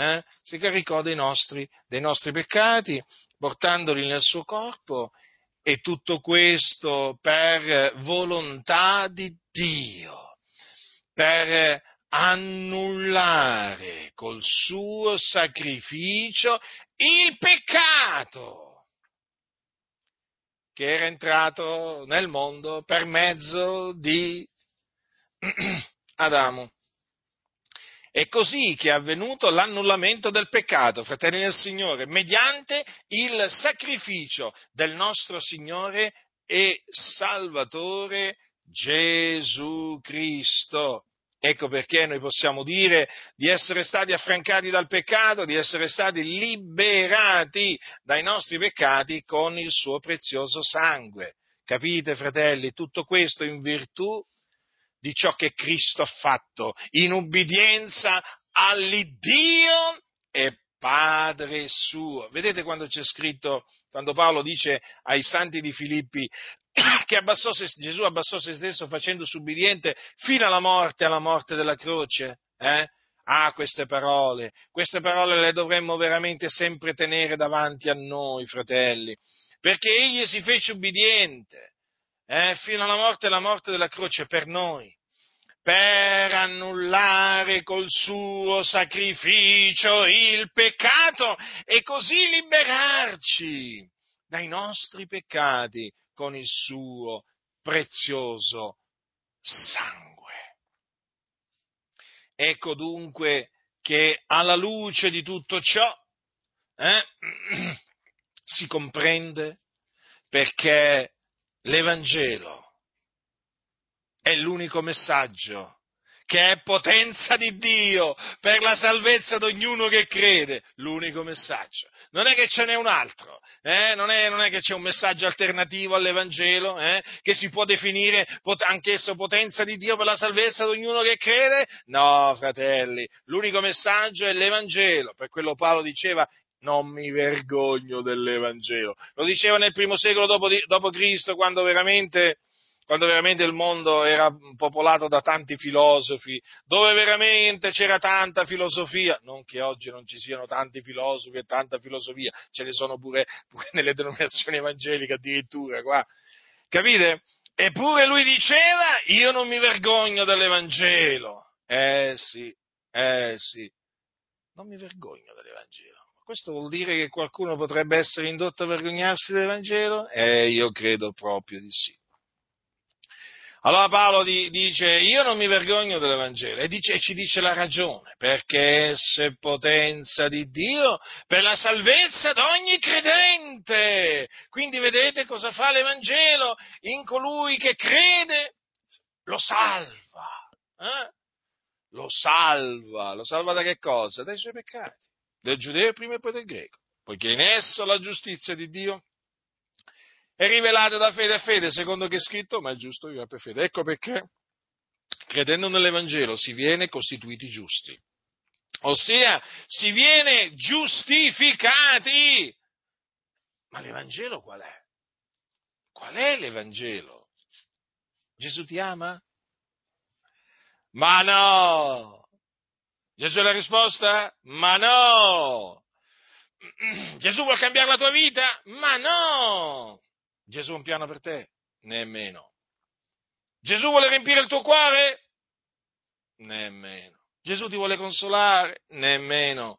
dei nostri peccati, portandoli nel suo corpo. E tutto questo per volontà di Dio, per annullare col suo sacrificio il peccato che era entrato nel mondo per mezzo di Adamo. È così che è avvenuto l'annullamento del peccato, fratelli del Signore, mediante il sacrificio del nostro Signore e Salvatore Gesù Cristo. Ecco perché noi possiamo dire di essere stati affrancati dal peccato, di essere stati liberati dai nostri peccati con il suo prezioso sangue. Capite, fratelli? Tutto questo in virtù di ciò che Cristo ha fatto, in ubbidienza all'Iddio e Padre suo. Vedete quando c'è scritto, quando Paolo dice ai santi di Filippi che Gesù abbassò se stesso facendosi ubbidiente fino alla morte della croce? Queste parole le dovremmo veramente sempre tenere davanti a noi, fratelli, perché egli si fece ubbidiente fino alla morte e la morte della croce per noi, per annullare col suo sacrificio il peccato e così liberarci dai nostri peccati con il suo prezioso sangue. Ecco dunque che alla luce di tutto ciò si comprende Perché l'Evangelo è l'unico messaggio che è potenza di Dio per la salvezza di ognuno che crede, l'unico messaggio. Non è che ce n'è un altro, non è che c'è un messaggio alternativo all'Evangelo, che si può definire anch'esso potenza di Dio per la salvezza di ognuno che crede. No, fratelli, l'unico messaggio è l'Evangelo, per quello Paolo diceva: non mi vergogno dell'Evangelo. Lo diceva nel primo secolo dopo Cristo, quando veramente il mondo era popolato da tanti filosofi, dove veramente c'era tanta filosofia. Non che oggi non ci siano tanti filosofi e tanta filosofia, ce ne sono pure nelle denominazioni evangeliche addirittura, qua. Capite? Eppure lui diceva: io non mi vergogno dell'Evangelo. Sì, non mi vergogno dell'Evangelo. Questo vuol dire che qualcuno potrebbe essere indotto a vergognarsi dell'Evangelo? Io credo proprio di sì. Allora Paolo dice: io non mi vergogno dell'Evangelo, e ci dice la ragione: perché esso è potenza di Dio per la salvezza di ogni credente. Quindi vedete cosa fa l'Evangelo? In colui che crede lo salva. Lo salva da che cosa? Dai suoi peccati, del giudeo prima e poi del greco, poiché in esso la giustizia di Dio è rivelata da fede a fede, secondo che è scritto: ma il giusto vivrà per fede. Ecco perché, credendo nell'Evangelo, si viene costituiti giusti, ossia si viene giustificati. Ma l'Evangelo qual è? Qual è l'Evangelo? Gesù ti ama? Ma no! Gesù è la risposta? Ma no! Gesù vuol cambiare la tua vita? Ma no! Gesù ha un piano per te? Nemmeno. Gesù vuole riempire il tuo cuore? Nemmeno. Gesù ti vuole consolare? Nemmeno.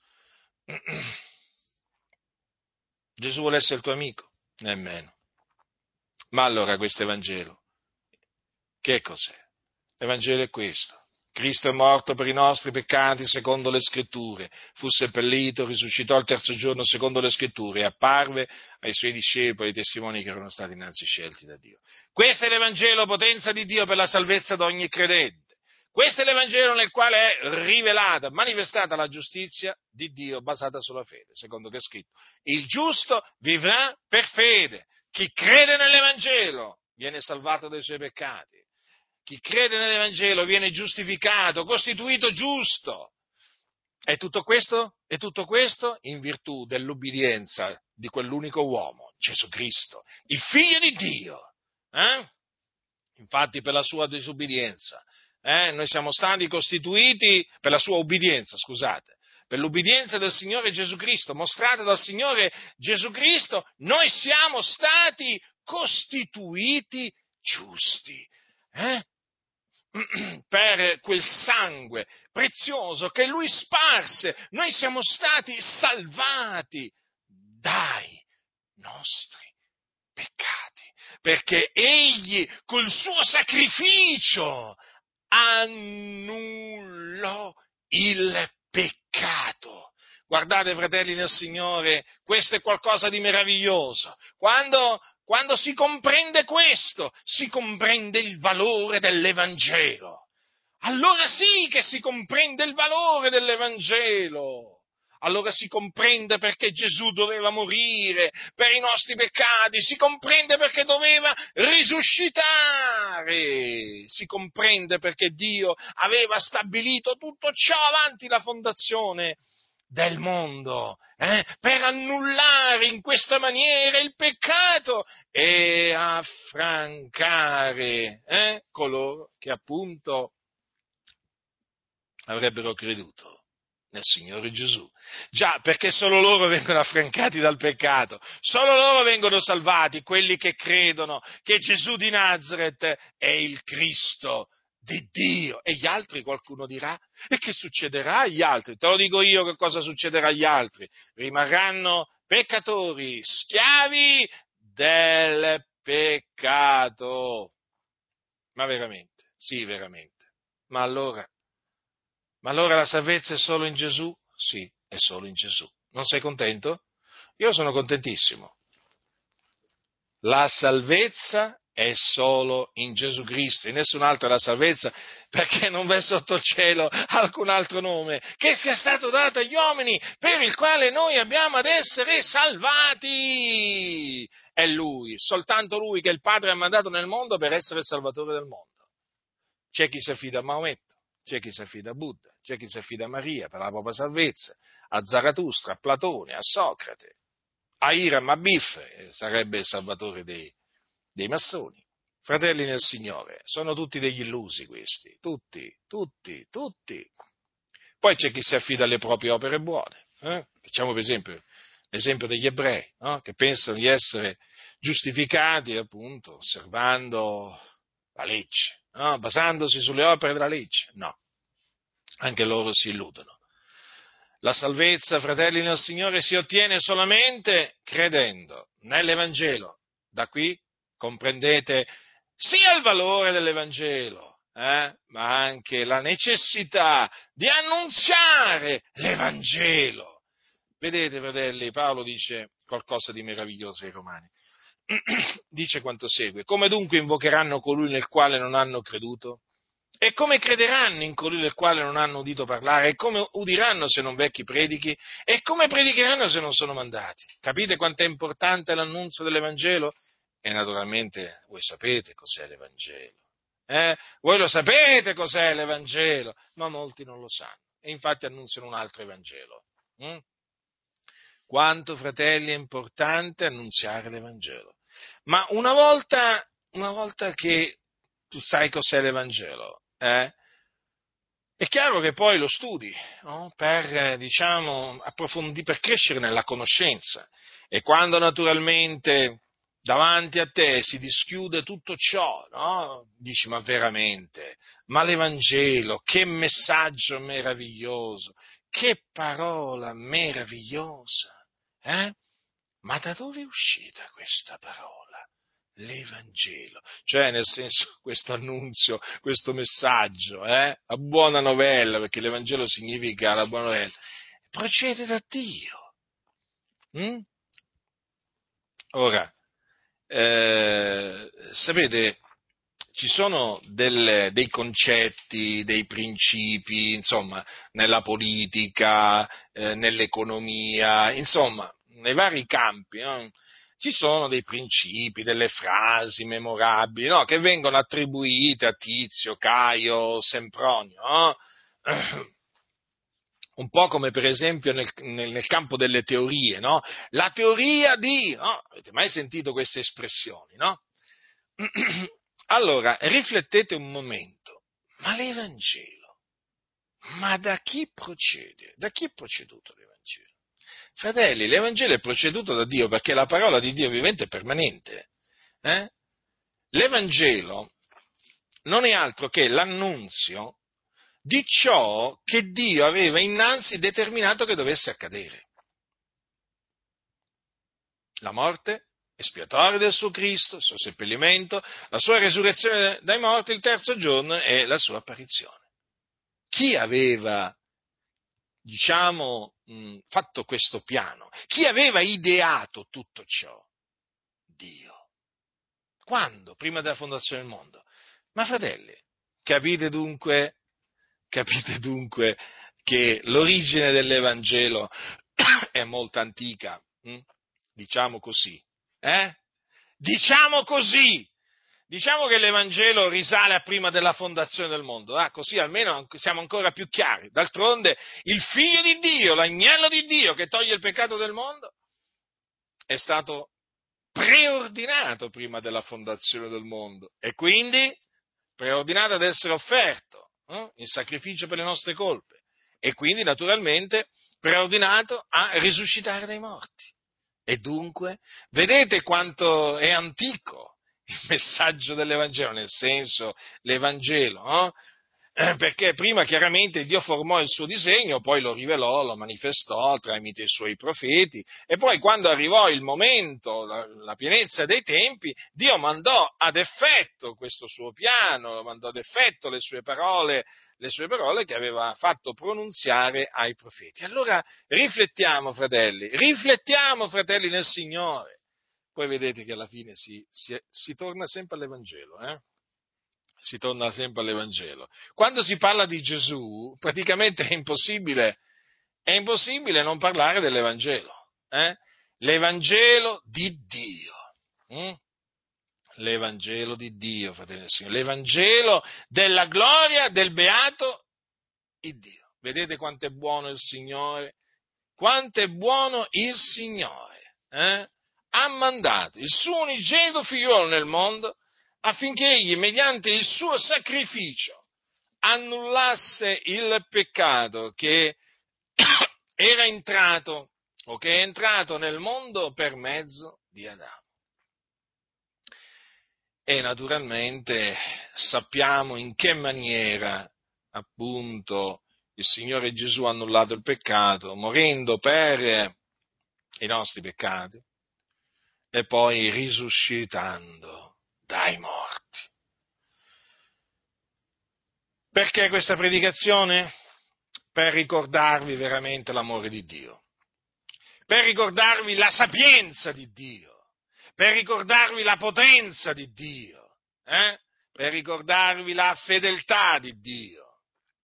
Gesù vuole essere il tuo amico? Nemmeno. Ma allora questo Evangelo, che cos'è? L'Evangelo è questo: Cristo è morto per i nostri peccati secondo le Scritture, fu seppellito, risuscitò il terzo giorno secondo le Scritture e apparve ai suoi discepoli, ai testimoni che erano stati innanzi scelti da Dio. Questo è l'Evangelo, potenza di Dio per la salvezza di ogni credente. Questo è l'Evangelo nel quale è rivelata, manifestata la giustizia di Dio basata sulla fede, secondo che è scritto: il giusto vivrà per fede. Chi crede nell'Evangelo viene salvato dai suoi peccati. Chi crede nell'Evangelo viene giustificato, costituito giusto. E tutto questo in virtù dell'ubbidienza di quell'unico uomo, Gesù Cristo, il Figlio di Dio. Infatti per la sua disubbidienza, noi siamo stati costituiti, per la sua ubbidienza, scusate, per l'ubbidienza del Signore Gesù Cristo, mostrata dal Signore Gesù Cristo, noi siamo stati costituiti giusti. Per quel sangue prezioso che Lui sparse, noi siamo stati salvati dai nostri peccati, perché Egli col suo sacrificio annullò il peccato. Guardate, fratelli nel Signore, questo è qualcosa di meraviglioso. Quando si comprende questo, si comprende il valore dell'Evangelo. Allora sì che si comprende il valore dell'Evangelo. Allora si comprende perché Gesù doveva morire per i nostri peccati, si comprende perché doveva risuscitare, si comprende perché Dio aveva stabilito tutto ciò avanti la fondazione del mondo, per annullare in questa maniera il peccato e affrancare coloro che appunto avrebbero creduto nel Signore Gesù. Già, perché solo loro vengono affrancati dal peccato, solo loro vengono salvati, quelli che credono che Gesù di Nazaret è il Cristo di Dio. E gli altri, qualcuno dirà: e che succederà agli altri? Te lo dico io che cosa succederà agli altri: rimarranno peccatori, schiavi del peccato. Ma veramente? Sì, veramente. Ma allora la salvezza è solo in Gesù? Sì, è solo in Gesù. Non sei contento? Io sono contentissimo. La salvezza è solo in Gesù Cristo, in nessun altro è la salvezza, perché non v'è sotto il cielo alcun altro nome che sia stato dato agli uomini per il quale noi abbiamo ad essere salvati. È Lui, soltanto Lui che il Padre ha mandato nel mondo per essere il Salvatore del mondo. C'è chi si affida a Maometto, c'è chi si affida a Buddha, c'è chi si affida a Maria per la propria salvezza, a Zarathustra, a Platone, a Socrate, a Hiram Abif, sarebbe il salvatore dei massoni. Fratelli nel Signore, sono tutti degli illusi questi, tutti, tutti, tutti. Poi c'è chi si affida alle proprie opere buone. Facciamo per esempio l'esempio degli ebrei, no? Che pensano di essere giustificati appunto osservando la legge, no? Basandosi sulle opere della legge. No, anche loro si illudono. La salvezza, fratelli nel Signore, si ottiene solamente credendo nell'Evangelo. Da qui comprendete sia il valore dell'Evangelo, ma anche la necessità di annunziare l'Evangelo. Vedete, fratelli, Paolo dice qualcosa di meraviglioso ai Romani. Dice quanto segue: come dunque invocheranno colui nel quale non hanno creduto? E come crederanno in colui del quale non hanno udito parlare? E come udiranno se non vecchi predichi? E come predicheranno se non sono mandati? Capite quanto è importante l'annunzio dell'Evangelo? E naturalmente voi sapete cos'è l'Evangelo. Voi lo sapete cos'è l'Evangelo, ma molti non lo sanno. E infatti annunziano un altro Evangelo. Quanto, fratelli, è importante annunziare l'Evangelo. Ma una volta che tu sai cos'è l'Evangelo, è chiaro che poi lo studi, no? Per, approfondire, per crescere nella conoscenza. E quando naturalmente davanti a te si dischiude tutto ciò, no? Dici, ma veramente, ma l'Evangelo, che messaggio meraviglioso, che parola meravigliosa, eh? Ma da dove è uscita questa parola? L'Evangelo, cioè nel senso questo annunzio, questo messaggio, la buona novella, perché l'Evangelo significa la buona novella, procede da Dio. Ora, sapete, ci sono dei concetti, dei principi, insomma, nella politica, nell'economia, insomma, nei vari campi, no? Ci sono dei principi, delle frasi memorabili, no? Che vengono attribuite a Tizio, Caio, Sempronio, no? Un po' come per esempio nel campo delle teorie, no? La teoria di, no? Avete mai sentito queste espressioni, no? Allora, riflettete un momento, ma l'Evangelo, ma da chi procede? Da chi è proceduto l'Evangelo? Fratelli, l'Evangelo è proceduto da Dio perché la parola di Dio vivente è permanente. L'Evangelo non è altro che l'annunzio di ciò che Dio aveva innanzi determinato che dovesse accadere. La morte espiatoria del suo Cristo, il suo seppellimento, la sua resurrezione dai morti il terzo giorno e la sua apparizione. Chi aveva, fatto questo piano? Chi aveva ideato tutto ciò? Dio. Quando? Prima della fondazione del mondo. Ma fratelli, capite dunque che l'origine dell'Evangelo è molto antica, diciamo così, Diciamo così, diciamo che l'Evangelo risale a prima della fondazione del mondo, così almeno siamo ancora più chiari. D'altronde il Figlio di Dio, l'agnello di Dio che toglie il peccato del mondo, è stato preordinato prima della fondazione del mondo e quindi preordinato ad essere offerto in sacrificio per le nostre colpe e quindi naturalmente preordinato a risuscitare dai morti. E dunque, vedete quanto è antico il messaggio dell'Evangelo, nel senso l'Evangelo, no? Perché prima chiaramente Dio formò il suo disegno, poi lo rivelò, lo manifestò tramite i suoi profeti e poi quando arrivò il momento, la pienezza dei tempi, Dio mandò ad effetto questo suo piano, mandò ad effetto le sue parole che aveva fatto pronunziare ai profeti. Allora riflettiamo fratelli nel Signore. poi vedete che alla fine si torna sempre all'Evangelo, si torna sempre all'Evangelo. Quando si parla di Gesù, praticamente è impossibile non parlare dell'Evangelo, eh? L'Evangelo di Dio. Mm? L'Evangelo di Dio, fratelli del Signore, l'Evangelo della gloria del beato Dio. Vedete quanto è buono il Signore? Quanto è buono il Signore, Ha mandato il suo unigenito figliolo nel mondo affinché egli, mediante il suo sacrificio, annullasse il peccato che era entrato o che è entrato nel mondo per mezzo di Adamo. E naturalmente sappiamo in che maniera, appunto, il Signore Gesù ha annullato il peccato, morendo per i nostri peccati e poi risuscitando dai morti. Perché questa predicazione? Per ricordarvi veramente l'amore di Dio, per ricordarvi la sapienza di Dio, per ricordarvi la potenza di Dio, per ricordarvi la fedeltà di Dio,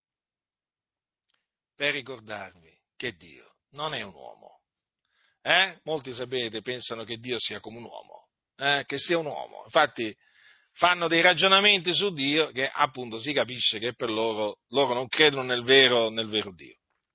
per ricordarvi che Dio non è un uomo. Molti sapete, pensano che Dio sia come un uomo, che sia un uomo. Infatti fanno dei ragionamenti su Dio che appunto si capisce che per loro non credono nel vero Dio.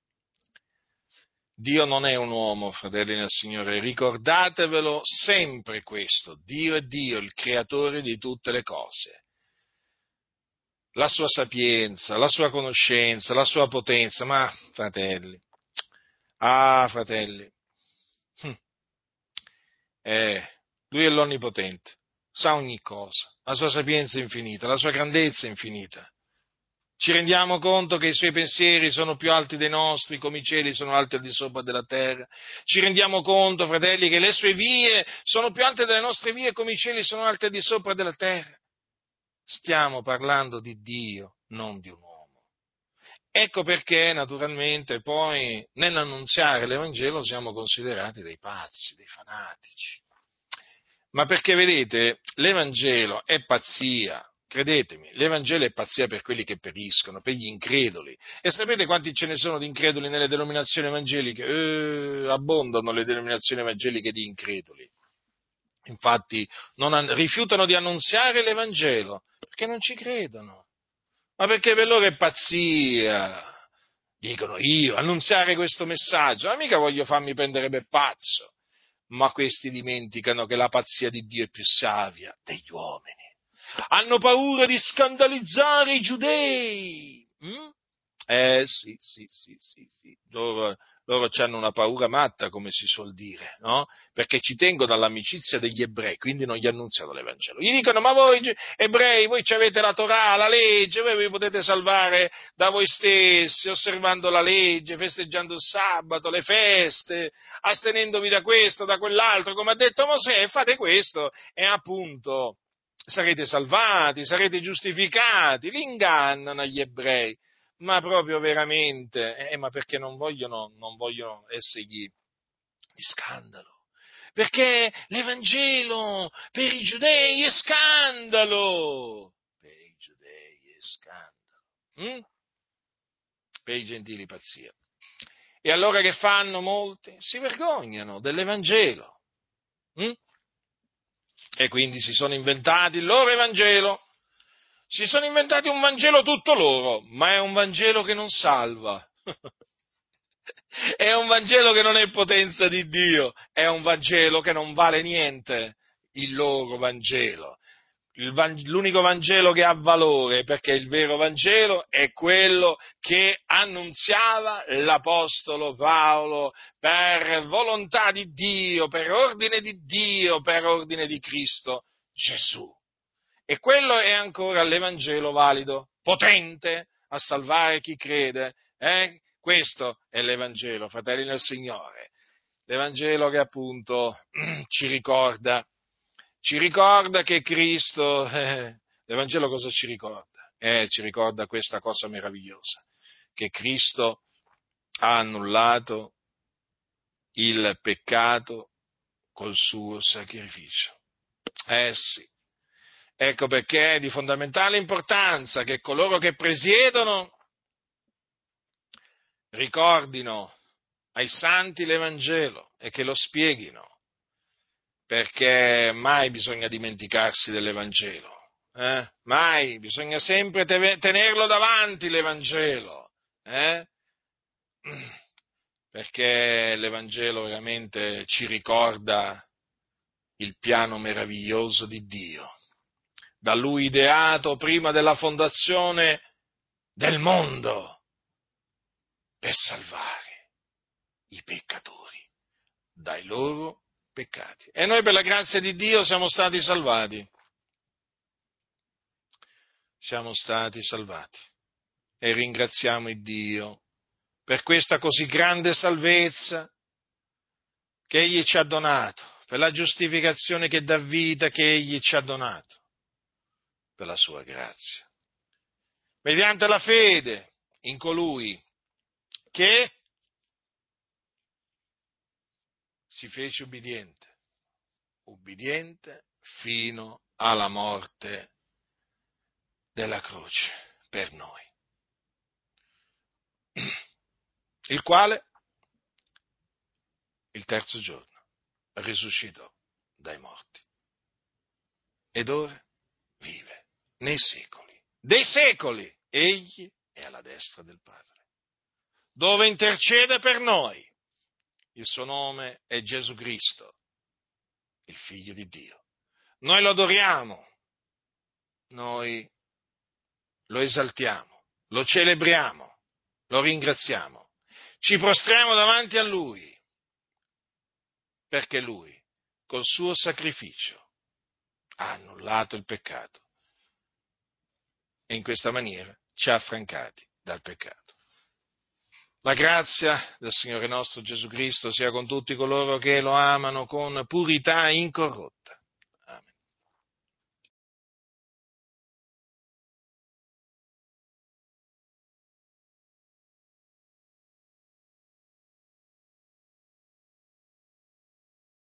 Dio non è un uomo, fratelli nel Signore, ricordatevelo sempre questo. Dio è Dio, il creatore di tutte le cose. La sua sapienza, la sua conoscenza, la sua potenza, ma fratelli, fratelli, lui è l'Onnipotente, sa ogni cosa, la sua sapienza è infinita, la sua grandezza è infinita. Ci rendiamo conto che i suoi pensieri sono più alti dei nostri, come i cieli sono alti al di sopra della terra. Ci rendiamo conto, fratelli, che le sue vie sono più alte delle nostre vie, come i cieli sono alti al di sopra della terra. Stiamo parlando di Dio, non di un uomo. Ecco perché, naturalmente, poi, nell'annunziare l'Evangelo siamo considerati dei pazzi, dei fanatici. Ma perché, vedete, l'Evangelo è pazzia. Credetemi, l'Evangelo è pazzia per quelli che periscono, per gli increduli. E sapete quanti ce ne sono di increduli nelle denominazioni evangeliche? Abbondano le denominazioni evangeliche di increduli. Infatti rifiutano di annunziare l'Evangelo perché non ci credono. Ma perché per loro è pazzia. Dicono io, annunziare questo messaggio, ma mica voglio farmi prendere per pazzo. Ma questi dimenticano che la pazzia di Dio è più savia degli uomini. Hanno paura di scandalizzare i giudei. Sì. Loro hanno una paura matta, come si suol dire, no? Perché ci tengono all'amicizia degli ebrei, quindi non gli annunziano l'Evangelo. Gli dicono, ma voi ebrei, voi avete la Torah, la legge, voi vi potete salvare da voi stessi, osservando la legge, festeggiando il sabato, le feste, astenendovi da questo, da quell'altro, come ha detto Mosè, fate questo, e appunto sarete salvati, sarete giustificati. Li ingannano agli ebrei. Ma proprio veramente, ma perché non vogliono essergli di scandalo. Perché l'Evangelo per i giudei è scandalo. Per i giudei è scandalo. Per i gentili pazzia. E allora che fanno molti? Si vergognano dell'Evangelo. E quindi si sono inventati il loro Evangelo. Si sono inventati un Vangelo tutto loro, ma è un Vangelo che non salva. È un Vangelo che non è potenza di Dio, è un Vangelo che non vale niente, il loro Vangelo. L'unico Vangelo che ha valore, perché il vero Vangelo è quello che annunziava l'Apostolo Paolo per volontà di Dio, per ordine di Dio, per ordine di Cristo Gesù. E quello è ancora l'Evangelo valido, potente a salvare chi crede. Questo è l'Evangelo, fratelli del Signore. L'Evangelo che appunto ci ricorda che Cristo, l'Evangelo cosa ci ricorda? Ci ricorda questa cosa meravigliosa, che Cristo ha annullato il peccato col suo sacrificio. Sì. Ecco perché è di fondamentale importanza che coloro che presiedono ricordino ai santi l'Evangelo e che lo spieghino, perché mai bisogna dimenticarsi dell'Evangelo, mai, bisogna sempre tenerlo davanti l'Evangelo, perché l'Evangelo veramente ci ricorda il piano meraviglioso di Dio, da Lui ideato prima della fondazione del mondo, per salvare i peccatori dai loro peccati. E noi per la grazia di Dio siamo stati salvati. Siamo stati salvati. E ringraziamo il Dio per questa così grande salvezza che Egli ci ha donato, per la giustificazione che dà vita che Egli ci ha donato, per la sua grazia. Mediante la fede in colui che si fece ubbidiente fino alla morte della croce per noi, il quale il terzo giorno risuscitò dai morti ed ora vive nei secoli dei secoli. Egli è alla destra del Padre, dove intercede per noi. Il suo nome è Gesù Cristo, il Figlio di Dio. Noi lo adoriamo, noi lo esaltiamo, lo celebriamo, lo ringraziamo, ci prostriamo davanti a Lui, perché Lui, col suo sacrificio, ha annullato il peccato e in questa maniera ci ha affrancati dal peccato. La grazia del Signore nostro Gesù Cristo sia con tutti coloro che lo amano con purità incorrotta.